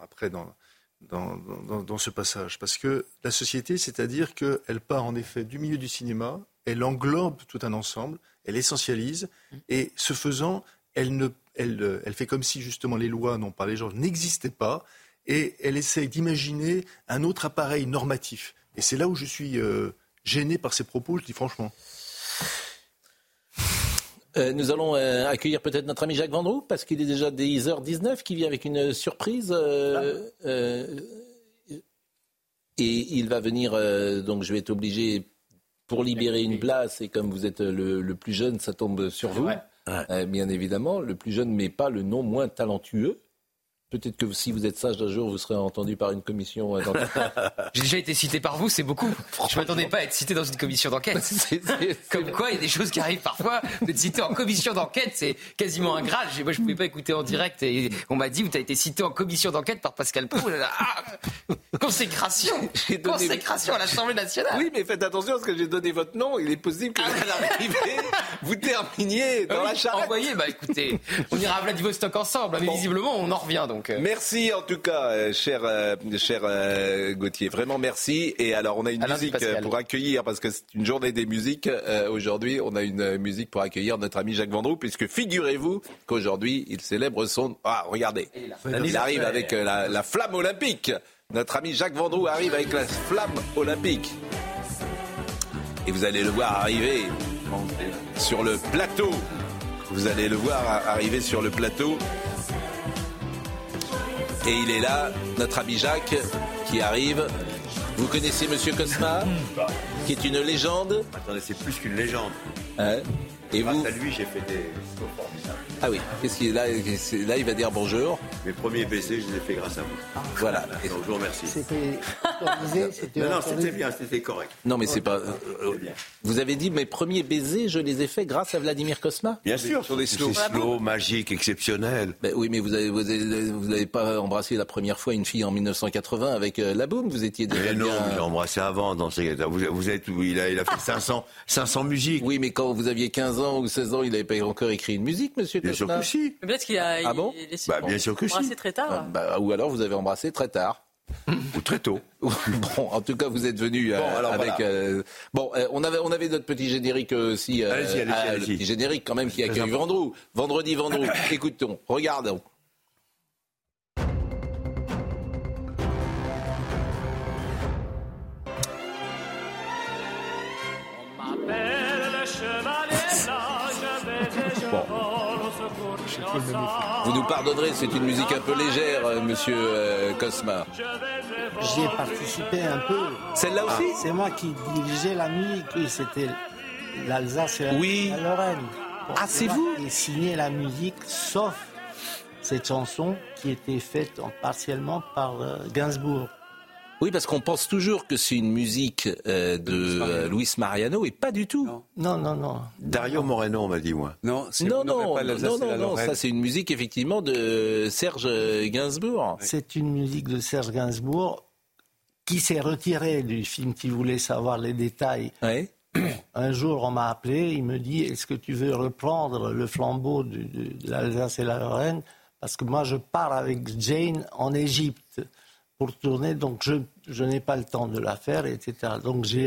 ce passage, parce que la société, c'est-à-dire qu'elle part en effet du milieu du cinéma, elle englobe tout un ensemble. Elle essentialise et ce faisant, elle fait comme si justement les lois, non pas les gens, n'existaient pas et elle essaye d'imaginer un autre appareil normatif. Et c'est là où je suis gêné par ces propos, je dis franchement. Nous allons accueillir peut-être notre ami Jacques Vendroux parce qu'il est déjà 10h19 qui vient avec une surprise. Et il va venir, donc je vais être obligé... Pour libérer une place, et comme vous êtes le plus jeune, ça tombe sur vous, bien évidemment. Le plus jeune, mais pas le non moins talentueux. Peut-être que si vous êtes sage un jour, vous serez entendu par une commission d'enquête. J'ai déjà été cité par vous, c'est beaucoup. Je ne m'attendais pas à être cité dans une commission d'enquête. Comme quoi, il y a des choses qui arrivent parfois. D'être cité en commission d'enquête, c'est quasiment ingrat. Moi, je ne pouvais pas écouter en direct. Et on m'a dit, vous avez été cité en commission d'enquête par Pascal Praud. Consécration à l'Assemblée nationale. Oui, mais faites attention parce que j'ai donné votre nom. Il est possible que à l'arrivée, vous terminiez dans la charrette. Envoyez, écoutez, on ira à Vladivostok ensemble. Mais visiblement, on en revient donc. Merci en tout cas, cher Gauthier. Vraiment merci. Et alors, on a une musique pour accueillir, parce que c'est une journée des musiques. Aujourd'hui, on a une musique pour accueillir notre ami Jacques Vendroux, puisque figurez-vous qu'aujourd'hui, il célèbre son... Ah, regardez, il arrive avec la flamme olympique. Notre ami Jacques Vendroux arrive avec la flamme olympique. Et vous allez le voir arriver sur le plateau. Vous allez le voir arriver sur le plateau. Et il est là, notre ami Jacques, qui arrive. Vous connaissez Monsieur Cosma, qui est une légende. Attendez, c'est plus qu'une légende. Et grâce vous... à lui, j'ai fait des choses formidables. Ah oui, qu'est-ce qu'il est là? Là, il va dire bonjour. Mes premiers baisers, je les ai fait grâce à vous. Voilà. Donc, je vous remercie. C'était bien, c'était correct. Non, mais c'est pas... Vous avez dit mes premiers baisers, je les ai faits grâce à Vladimir Cosma? Bien sûr, sur des slows. Slow, magiques, exceptionnels. Ben oui, mais vous avez pas embrassé la première fois une fille en 1980 avec la boum. Vous étiez déjà mais non, j'ai embrassé avant. Vous êtes où il a fait 500 musiques. Oui, mais quand vous aviez 15 ans ou 16 ans, il n'avait pas encore écrit une musique, monsieur Cosma? Bien sûr que si. Mais peut-être qu'il a... Ah bon? Bien sûr que si. Embrassé très tard. Ou alors vous avez embrassé très tard. Ou très tôt. Bon, en tout cas, vous êtes venu avec... Voilà. On avait notre petit générique aussi. Allez-y. Le petit générique quand même qui accueille Vendroux. Vendredi. Écoutons, regardons. Bon. Vous nous pardonnerez, c'est une musique un peu légère, monsieur Cosma. J'y ai participé un peu. Celle-là aussi? C'est moi qui dirigeais la musique, oui, c'était l'Alsace et la Lorraine. C'est vous? Qui signé la musique, sauf cette chanson qui était faite partiellement par Gainsbourg. Oui, parce qu'on pense toujours que c'est une musique de Luis Mariano, et pas du tout. Non. Dario Moreno, on m'a dit, moi. Non, ça c'est une musique effectivement de Serge Gainsbourg. C'est une musique de Serge Gainsbourg qui s'est retiré du film, qui voulait savoir les détails. Ouais. Un jour, on m'a appelé, il me dit, est-ce que tu veux reprendre le flambeau de l'Alsace et la Lorraine? Parce que moi, je pars avec Jane en Égypte pour tourner, donc je n'ai pas le temps de la faire, etc. Donc j'ai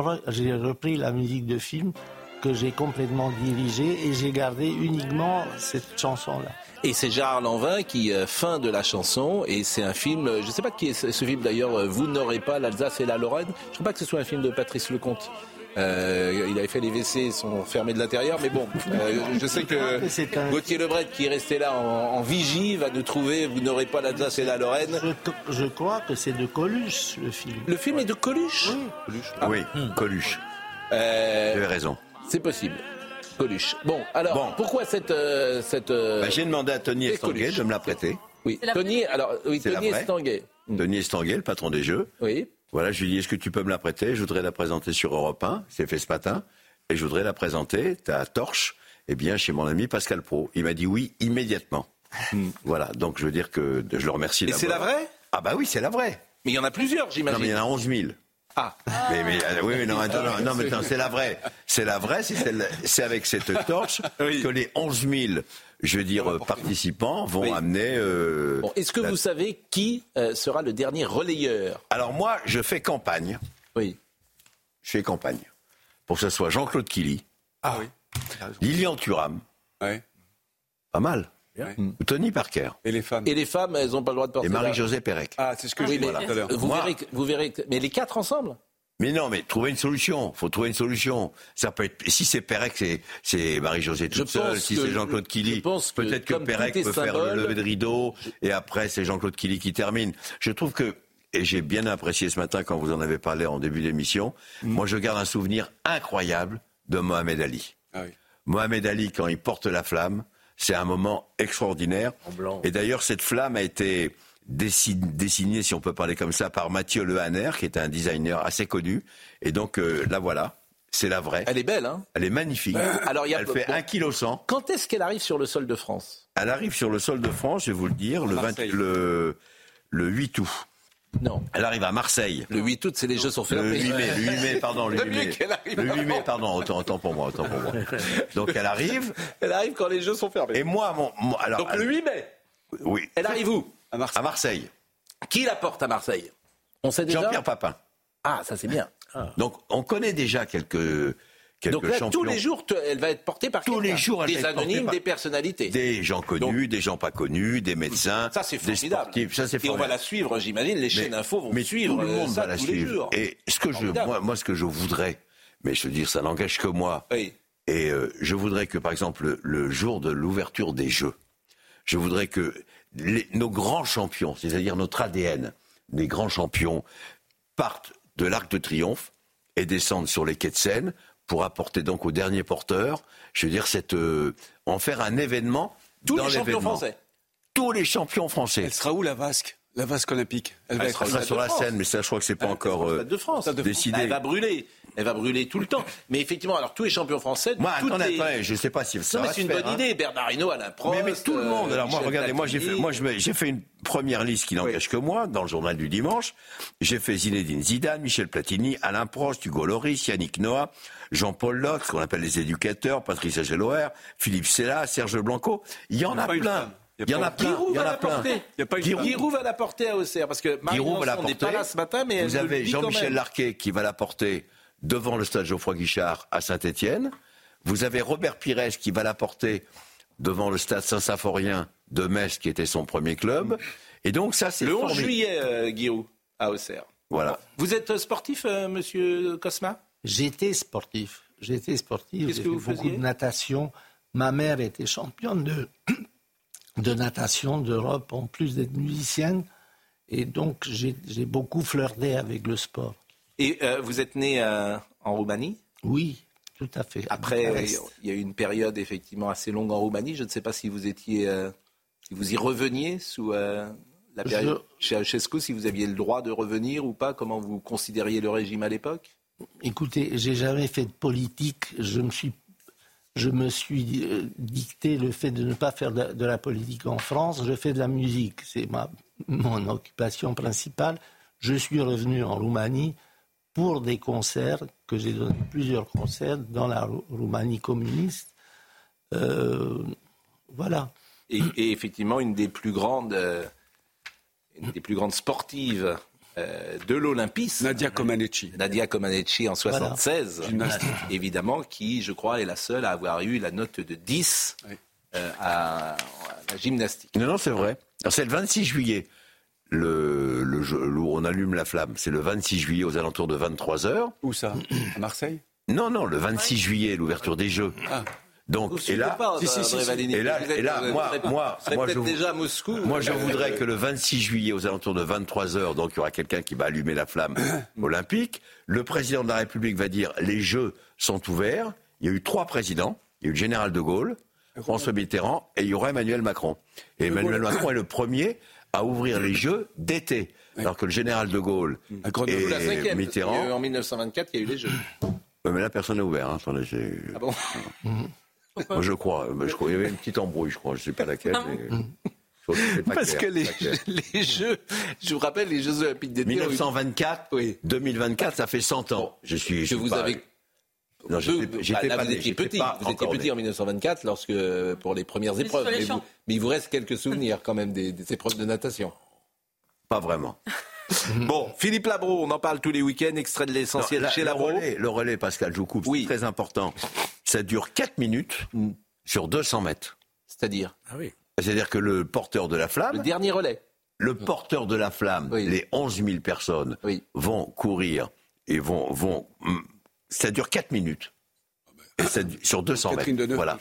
repris la musique de film que j'ai complètement dirigée et j'ai gardé uniquement cette chanson-là. Et c'est Gérard Lanvin qui fin de la chanson, et c'est un film, je ne sais pas qui est ce film d'ailleurs, Vous n'aurez pas l'Alsace et la Lorraine. Je ne crois pas que ce soit un film de Patrice Lecomte. Il avait fait les WC, sont fermés de l'intérieur, mais bon, je sais que Gauthier Lebret, qui est resté là en vigie, va nous trouver Vous n'aurez pas l'Alsace et la Lorraine. Je crois que c'est de Coluche, le film. Le film est de Coluche? Oui, Coluche. Vous avez raison. C'est possible. Coluche. Bon, alors, pourquoi cette... j'ai demandé à Tony Estanguet de me la prêter. Oui, Tony Estanguet. Tony Estanguet, le patron des Jeux. Oui. Voilà, je lui dis, est-ce que tu peux me la prêter? Je voudrais la présenter sur Europe 1, c'est fait ce matin, et je voudrais la présenter, ta torche, chez mon ami Pascal Praud. Il m'a dit oui, immédiatement. Voilà, donc je veux dire que je le remercie d'abord. Et c'est la vraie? Ah bah oui, c'est la vraie. Mais il y en a plusieurs, j'imagine. Non, mais il y en a 11 000. Ah. Mais non, c'est la vraie. C'est la vraie, c'est avec cette torche que les 11 000, je veux dire, participants vont amener... est-ce que vous savez qui sera le dernier relayeur? Alors moi, je fais campagne. Oui. Je fais campagne. Pour que ce soit Jean-Claude Killy. Ah oui. Lilian Thuram. Oui. Pas mal. Ou Tony Parker. Et les femmes? Et les femmes, elles n'ont pas le droit de porter. Et Marie-Josée Pérec. Ah, c'est ce que je disais tout à l'heure. Vous verrez. Mais les quatre ensemble? Mais non, mais trouver une solution. Faut trouver une solution. Ça peut être. Si c'est Pérec, c'est Marie-Josée toute seule. Si c'est Jean-Claude Killy, peut-être que Pérec peut faire le lever de rideau. Et après, c'est Jean-Claude Killy qui termine. Je trouve que, et j'ai bien apprécié ce matin quand vous en avez parlé en début d'émission, moi je garde un souvenir incroyable de Mohamed Ali. Ah oui. Mohamed Ali, quand il porte la flamme, c'est un moment extraordinaire. Et d'ailleurs, cette flamme a été dessinée, si on peut parler comme ça, par Mathieu Lehanner, qui est un designer assez connu. Et donc, la voilà. C'est la vraie. Elle est belle, hein? Elle est magnifique. Alors, elle fait 1,1 kg. Quand est-ce qu'elle arrive sur le sol de France? Elle arrive sur le sol de France, je vais vous le dire, le 8 août. Non. Elle arrive à Marseille. Le 8 août, c'est les Jeux sont faits. Le 8 mai, pardon. Le 8 mai, pardon, autant pour moi. Donc elle arrive. Elle arrive quand les Jeux sont fermés. Et moi, alors. Donc le 8 mai. Oui. Elle arrive où? À Marseille. Qui la porte à Marseille? On sait déjà. Jean-Pierre Papin. Ah, ça c'est bien. Donc on connaît déjà quelques Donc là, champions. tous les jours, elle va être portée par tous les jours, des anonymes, des personnalités. Des gens connus, des gens pas connus, des médecins, ça, c'est formidable. Des sportifs. Ça, c'est formidable. Et on va la suivre, j'imagine, les chaînes infos vont suivre tout le monde ça va la tous les suivre. jours. Et ce que ce que je voudrais, mais je veux dire, ça n'engage que moi. Oui. Et je voudrais que, par exemple, le jour de l'ouverture des Jeux, je voudrais que nos grands champions, c'est-à-dire notre ADN, des grands champions partent de l'Arc de Triomphe et descendent sur les quais de Seine pour apporter donc au dernier porteur, je veux dire, en faire un événement tous dans les champions l'événement. français. Tous les champions français. Elle sera où la vasque olympique? Elle sera sur la Seine, mais ça, je crois que c'est pas encore de France. décidé. Elle va brûler tout le temps. Mais effectivement, alors tous les champions français. Attendez, je ne sais pas si ça va c'est une bonne idée. Bernard Hinault, Alain Prost. Mais tout le monde. Alors moi, regardez, j'ai fait une première liste qui n'engage que moi dans le journal du dimanche. J'ai fait Zinedine Zidane, Michel Platini, Alain Prost, Hugo Lloris, Yannick Noah, Jean-Paul Lotte, ce qu'on appelle les éducateurs, Patrice Ageloer, Philippe Sella, Serge Blanco. Il y en a plein. Il y en a plein. Giroud va la porter à Auxerre parce que Marie-Lançon n'est pas là ce matin, mais vous avez Jean-Michel Larquet qui va la porter devant le stade Geoffroy Guichard à Saint-Étienne. Vous avez Robert Pires qui va la porter devant le stade Saint-Symphorien de Metz, qui était son premier club. Et donc ça, c'est le 11 juillet, Giroud, à Auxerre. Voilà. Vous êtes sportif, monsieur Cosma? J'étais sportif. J'ai fait beaucoup de natation. Ma mère était championne de natation d'Europe, en plus d'être musicienne. Et donc, j'ai beaucoup flirté avec le sport. Et vous êtes né en Roumanie? Oui, tout à fait. Après, il y a eu une période effectivement assez longue en Roumanie. Je ne sais pas si vous étiez, si vous y reveniez sous la période Ceausescu, si vous aviez le droit de revenir ou pas. Comment vous considériez le régime à l'époque? Écoutez, j'ai jamais fait de politique. Je me suis dicté le fait de ne pas faire de la politique en France. Je fais de la musique. C'est mon occupation principale. Je suis revenu en Roumanie pour des concerts, que j'ai donné plusieurs concerts dans la Roumanie communiste. Voilà. Et effectivement, une des plus grandes sportives de l'Olympisme. Nadia Comaneci en 1976, voilà. Évidemment, qui, je crois, est la seule à avoir eu la note de 10 à la gymnastique. Non, c'est vrai. Alors, c'est le 26 juillet. Le jour où on allume la flamme, c'est le 26 juillet aux alentours de 23h. Où ça? À Marseille? Non, le 26 juillet, l'ouverture des Jeux. Ah. Donc, et là, moi, déjà à Moscou. Moi, je voudrais que le 26 juillet, aux alentours de 23h, donc il y aura quelqu'un qui va allumer la flamme olympique. Le président de la République va dire les Jeux sont ouverts. Il y a eu 3 présidents. Il y a eu le général de Gaulle, François Mitterrand, et il y aura Emmanuel Macron. Et Emmanuel Macron est le premier à ouvrir les Jeux d'été, alors que le général de Gaulle et Mitterrand. En 1924, il y a eu les Jeux. Mais là, personne n'a ouvert. Hein. Attendez, ah bon? Moi, je crois. Il y avait une petite embrouille, je crois. Je ne sais pas laquelle. Parce que les Jeux, je vous rappelle, les Jeux Olympiques d'été. 1924, 2024, ça fait 100 ans. Non, j'étais pas né. Vous étiez petit en 1924, pour les premières épreuves. Mais il vous reste quelques souvenirs quand même des épreuves de natation. Pas vraiment. Bon, Philippe Labro, on en parle tous les week-ends, extrait de l'essentiel chez Labro. Le relais, Pascal, je vous coupe, c'est très important. Ça dure 4 minutes sur 200 mètres. C'est-à-dire? C'est-à-dire que le porteur de la flamme... Le dernier relais. Le porteur de la flamme, les 11 000 personnes vont courir et vont ça dure 4 minutes. Et sur 200 mètres. Voilà.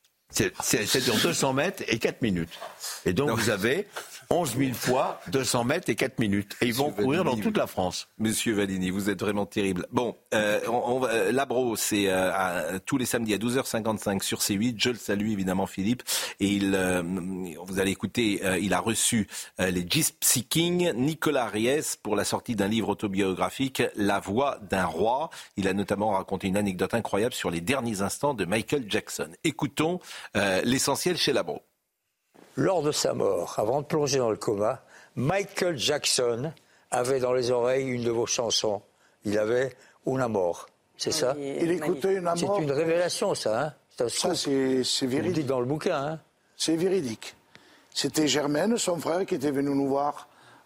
Ça dure 200 mètres et 4 minutes. Et donc vous avez 11 000 fois 200 mètres et 4 minutes. Et ils vont courir dans toute la France. Monsieur Valigny, vous êtes vraiment terrible. Bon, Labro, c'est tous les samedis à 12h55 sur C8. Je le salue évidemment, Philippe. Et vous allez écouter, il a reçu les Gypsy Kings, Nicolas Ries, pour la sortie d'un livre autobiographique, La voix d'un roi. Il a notamment raconté une anecdote incroyable sur les derniers instants de Michael Jackson. Écoutons l'essentiel chez Labro. Lors de sa mort, avant de plonger dans le coma, Michael Jackson avait dans les oreilles une de vos chansons. Il avait Un Amor, c'est ça? Il écoutait Un Amor. C'est une révélation, ça, hein? Ça, c'est véridique. Vous le dites dans le bouquin, hein? C'est véridique. C'était Germaine, son frère, qui était venu nous voir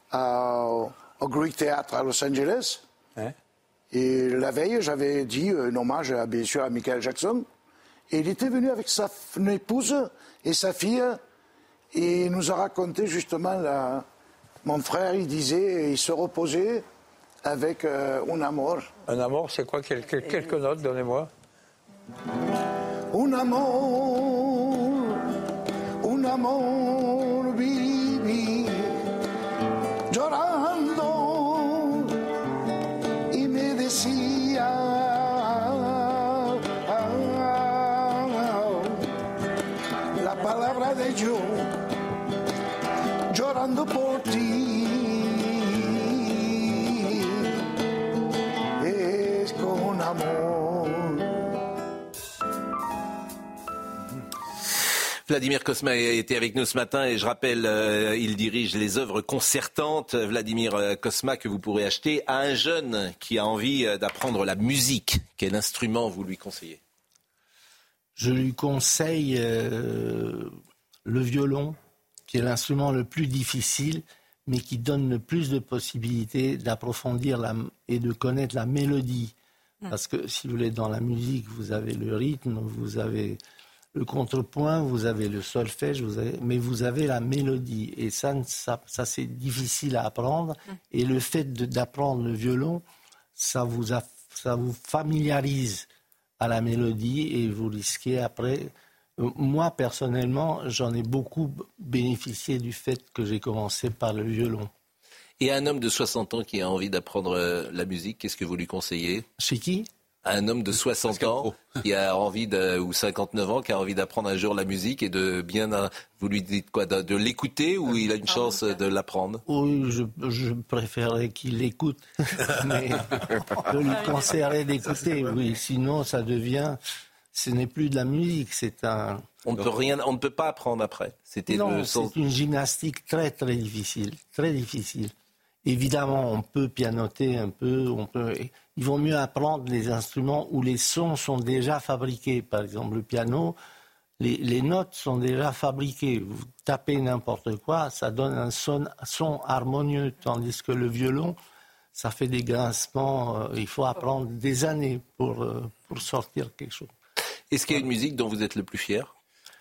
au Greek Theatre à Los Angeles. Hein? Et la veille, j'avais dit un hommage, bien sûr, à Michael Jackson. Et il était venu avec sa épouse et sa fille. Et il nous a raconté justement, mon frère, il disait, il se reposait avec Un Amor. Un Amor, c'est quoi? Quelques notes, donnez-moi. Un amor, vivi, llorando de yo, llorando por ti. Es con amor. Vladimir Cosma a été avec nous ce matin et je rappelle, il dirige les œuvres concertantes. Vladimir Cosma que vous pourrez acheter à un jeune qui a envie d'apprendre la musique. Quel instrument vous lui conseillez ? Je lui conseille le violon, qui est l'instrument le plus difficile, mais qui donne le plus de possibilités d'approfondir et de connaître la mélodie. Parce que si vous voulez, dans la musique, vous avez le rythme, vous avez le contrepoint, vous avez le solfège, mais vous avez la mélodie. Et ça c'est difficile à apprendre. Et le fait d'apprendre le violon, ça vous familiarise à la mélodie et vous risquez après... Moi, personnellement, j'en ai beaucoup bénéficié du fait que j'ai commencé par le violon. Et à un homme de 60 ans qui a envie d'apprendre la musique, qu'est-ce que vous lui conseillez ? Chez qui ? À un homme de 60 ans qui a envie ou 59 ans qui a envie d'apprendre un jour la musique et de bien... Vous lui dites quoi ? De l'écouter ou il a une chance de l'apprendre ? Oui, je préférerais qu'il l'écoute. Mais je lui conseillerais d'écouter, oui. Sinon, ça devient... Ce n'est plus de la musique, c'est un... On ne peut pas apprendre après. C'est une gymnastique très, très difficile. Très difficile. Évidemment, on peut pianoter un peu, il vaut mieux apprendre les instruments où les sons sont déjà fabriqués. Par exemple, le piano, les notes sont déjà fabriquées. Vous tapez n'importe quoi, ça donne un son harmonieux, tandis que le violon, ça fait des grincements. Il faut apprendre des années pour sortir quelque chose. Est-ce qu'il y a une musique dont vous êtes le plus fier ?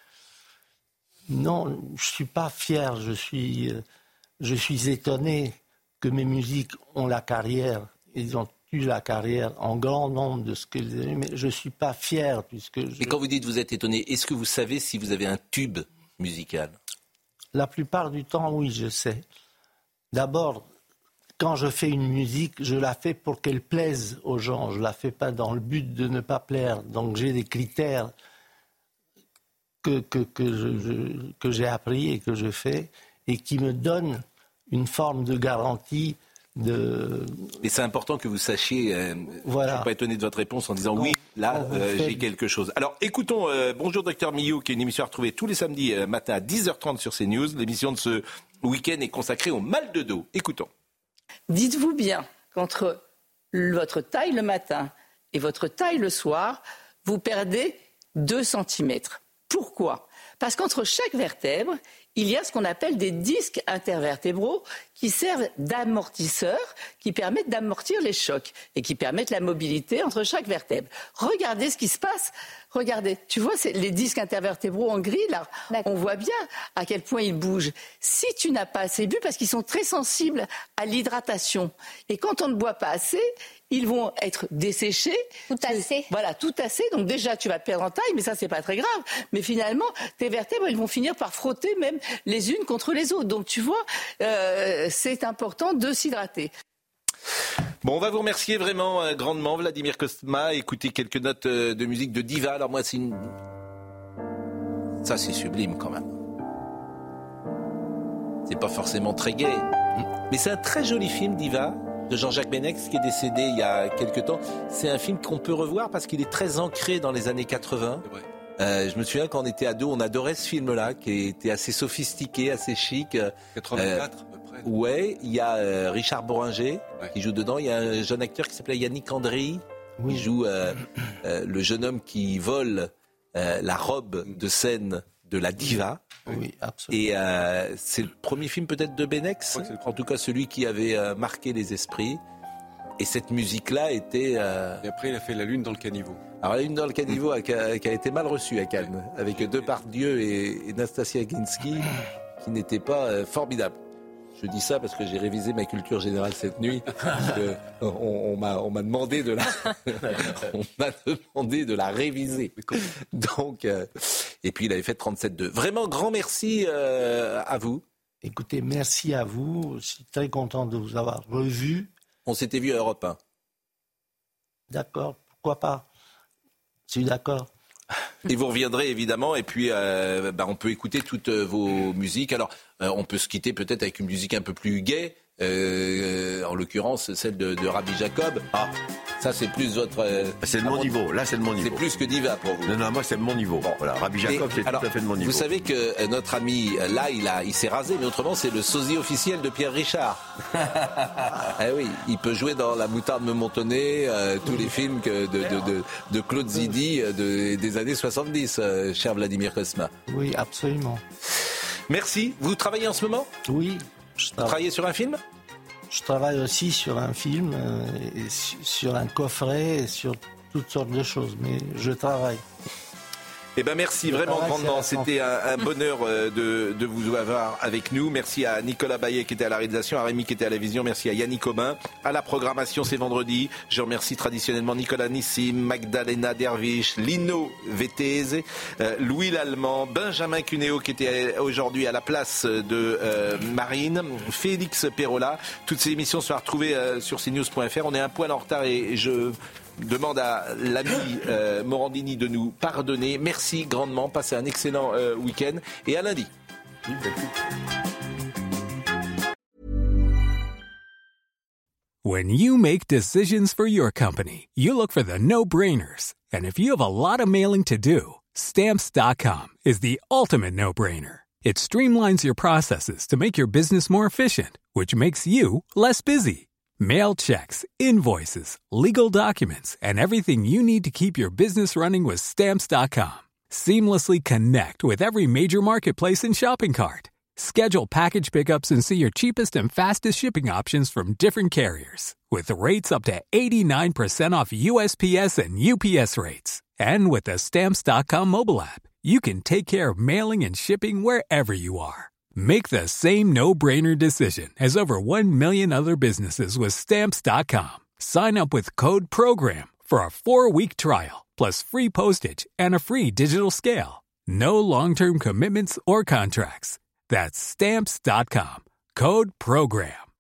Non, je ne suis pas fier. Je suis étonné que mes musiques ont la carrière. Ils ont eu la carrière en grand nombre de ce qu'ils ont eu, mais je ne suis pas fier. Et quand vous dites vous êtes étonné, est-ce que vous savez si vous avez un tube musical ? La plupart du temps, oui, je sais. D'abord, quand je fais une musique, je la fais pour qu'elle plaise aux gens. Je ne la fais pas dans le but de ne pas plaire. Donc j'ai des critères que j'ai appris et que je fais et qui me donnent une forme de garantie. Mais c'est important que vous sachiez, voilà. Je ne suis pas étonné de votre réponse en disant oui, là j'ai quelque chose. Alors écoutons Bonjour Docteur Millot, qui est une émission à retrouver tous les samedis matin à 10h30 sur CNews. L'émission de ce week-end est consacrée au mal de dos. Écoutons. Dites-vous bien qu'entre votre taille le matin et votre taille le soir, vous perdez 2 cm. Pourquoi ? Parce qu'entre chaque vertèbre, il y a ce qu'on appelle des disques intervertébraux qui servent d'amortisseurs, qui permettent d'amortir les chocs et qui permettent la mobilité entre chaque vertèbre. Regardez ce qui se passe. Regardez, tu vois, c'est les disques intervertébraux en gris, là, on voit bien à quel point ils bougent. Si tu n'as pas assez bu, parce qu'ils sont très sensibles à l'hydratation, et quand on ne boit pas assez, ils vont être desséchés. Tout tassés. Voilà, tout tassés. Donc déjà, tu vas te perdre en taille, mais ça, c'est pas très grave. Mais finalement, tes vertèbres, elles vont finir par frotter même les unes contre les autres. Donc tu vois, c'est important de s'hydrater. Bon, on va vous remercier vraiment grandement, Vladimir Cosma. Écoutez quelques notes de musique de Diva. Alors moi, ça, c'est sublime quand même. C'est pas forcément très gai, mais c'est un très joli film, Diva, de Jean-Jacques Benex, qui est décédé il y a quelques temps. C'est un film qu'on peut revoir parce qu'il est très ancré dans les années 80. Je me souviens quand on était ado, on adorait ce film-là, qui était assez sophistiqué, assez chic. 84 à peu près. Ouais, il y a Richard Bohringer qui joue dedans. Il y a un jeune acteur qui s'appelait Yannick Andrei, qui joue le jeune homme qui vole la robe de scène de la diva. Oui, absolument. Et c'est le premier film peut-être de Benex, en tout cas celui qui avait marqué les esprits. Et cette musique-là était... Et après, il a fait La Lune dans le caniveau. Alors, La Lune dans le caniveau qui a été mal reçue à Cannes, avec Depardieu et Nastasia Kinski, qui n'étaient pas formidables. Je dis ça parce que j'ai révisé ma culture générale cette nuit. On m'a demandé de la réviser. Donc, et puis il avait fait 37-2. Vraiment, grand merci à vous. Écoutez, merci à vous. Je suis très content de vous avoir revu. On s'était vu à Europe 1. D'accord, pourquoi pas. Je suis d'accord. Et vous reviendrez évidemment. Et puis, on peut écouter toutes vos musiques. Alors, on peut se quitter peut-être avec une musique un peu plus gaie. En l'occurrence, celle de Rabbi Jacob. Ah, ça c'est plus votre... c'est de mon niveau, là c'est de mon niveau. C'est plus que Diva pour vous. Non, moi c'est de mon niveau. Bon. Voilà, Rabbi Jacob c'est tout à fait de mon niveau. Vous savez que notre ami, là, il s'est rasé, mais autrement c'est le sosie officiel de Pierre Richard. Oui, il peut jouer dans La moutarde me montonnait, tous les films de Claude Zidi des années 70, cher Vladimir Cosma. Oui, absolument. Merci. Vous travaillez en ce moment ? Oui. Vous travaillez sur un film ? Je travaille aussi sur un film, et sur un coffret, et sur toutes sortes de choses, mais je travaille. Eh ben merci vraiment grandement, c'était un bonheur de vous avoir avec nous. Merci à Nicolas Baillet qui était à la réalisation, à Rémi qui était à la vision, merci à Yannick Aubin. À la programmation, c'est vendredi. Je remercie traditionnellement Nicolas Nissim, Magdalena Dervish, Lino Vettese, Louis Lallemand, Benjamin Cuneo qui était aujourd'hui à la place de Marine, Félix Perrola. Toutes ces émissions sont retrouvées sur cnews.fr. On est un poil en retard et je demande à l'ami Morandini de nous pardonner. Merci grandement. Passez un excellent week-end et à lundi. When you make decisions for your company, you look for the no-brainers. And if you have a lot of mailing to do, Stamps.com is the ultimate no-brainer. It streamlines your processes to make your business more efficient, which makes you less busy. Mail checks, invoices, legal documents, and everything you need to keep your business running with Stamps.com. Seamlessly connect with every major marketplace and shopping cart. Schedule package pickups and see your cheapest and fastest shipping options from different carriers. With rates up to 89% off USPS and UPS rates. And with the Stamps.com mobile app, you can take care of mailing and shipping wherever you are. Make the same no-brainer decision as over 1 million other businesses with Stamps.com. Sign up with code PROGRAM for a 4-week trial, plus free postage and a free digital scale. No long-term commitments or contracts. That's Stamps.com. Code PROGRAM.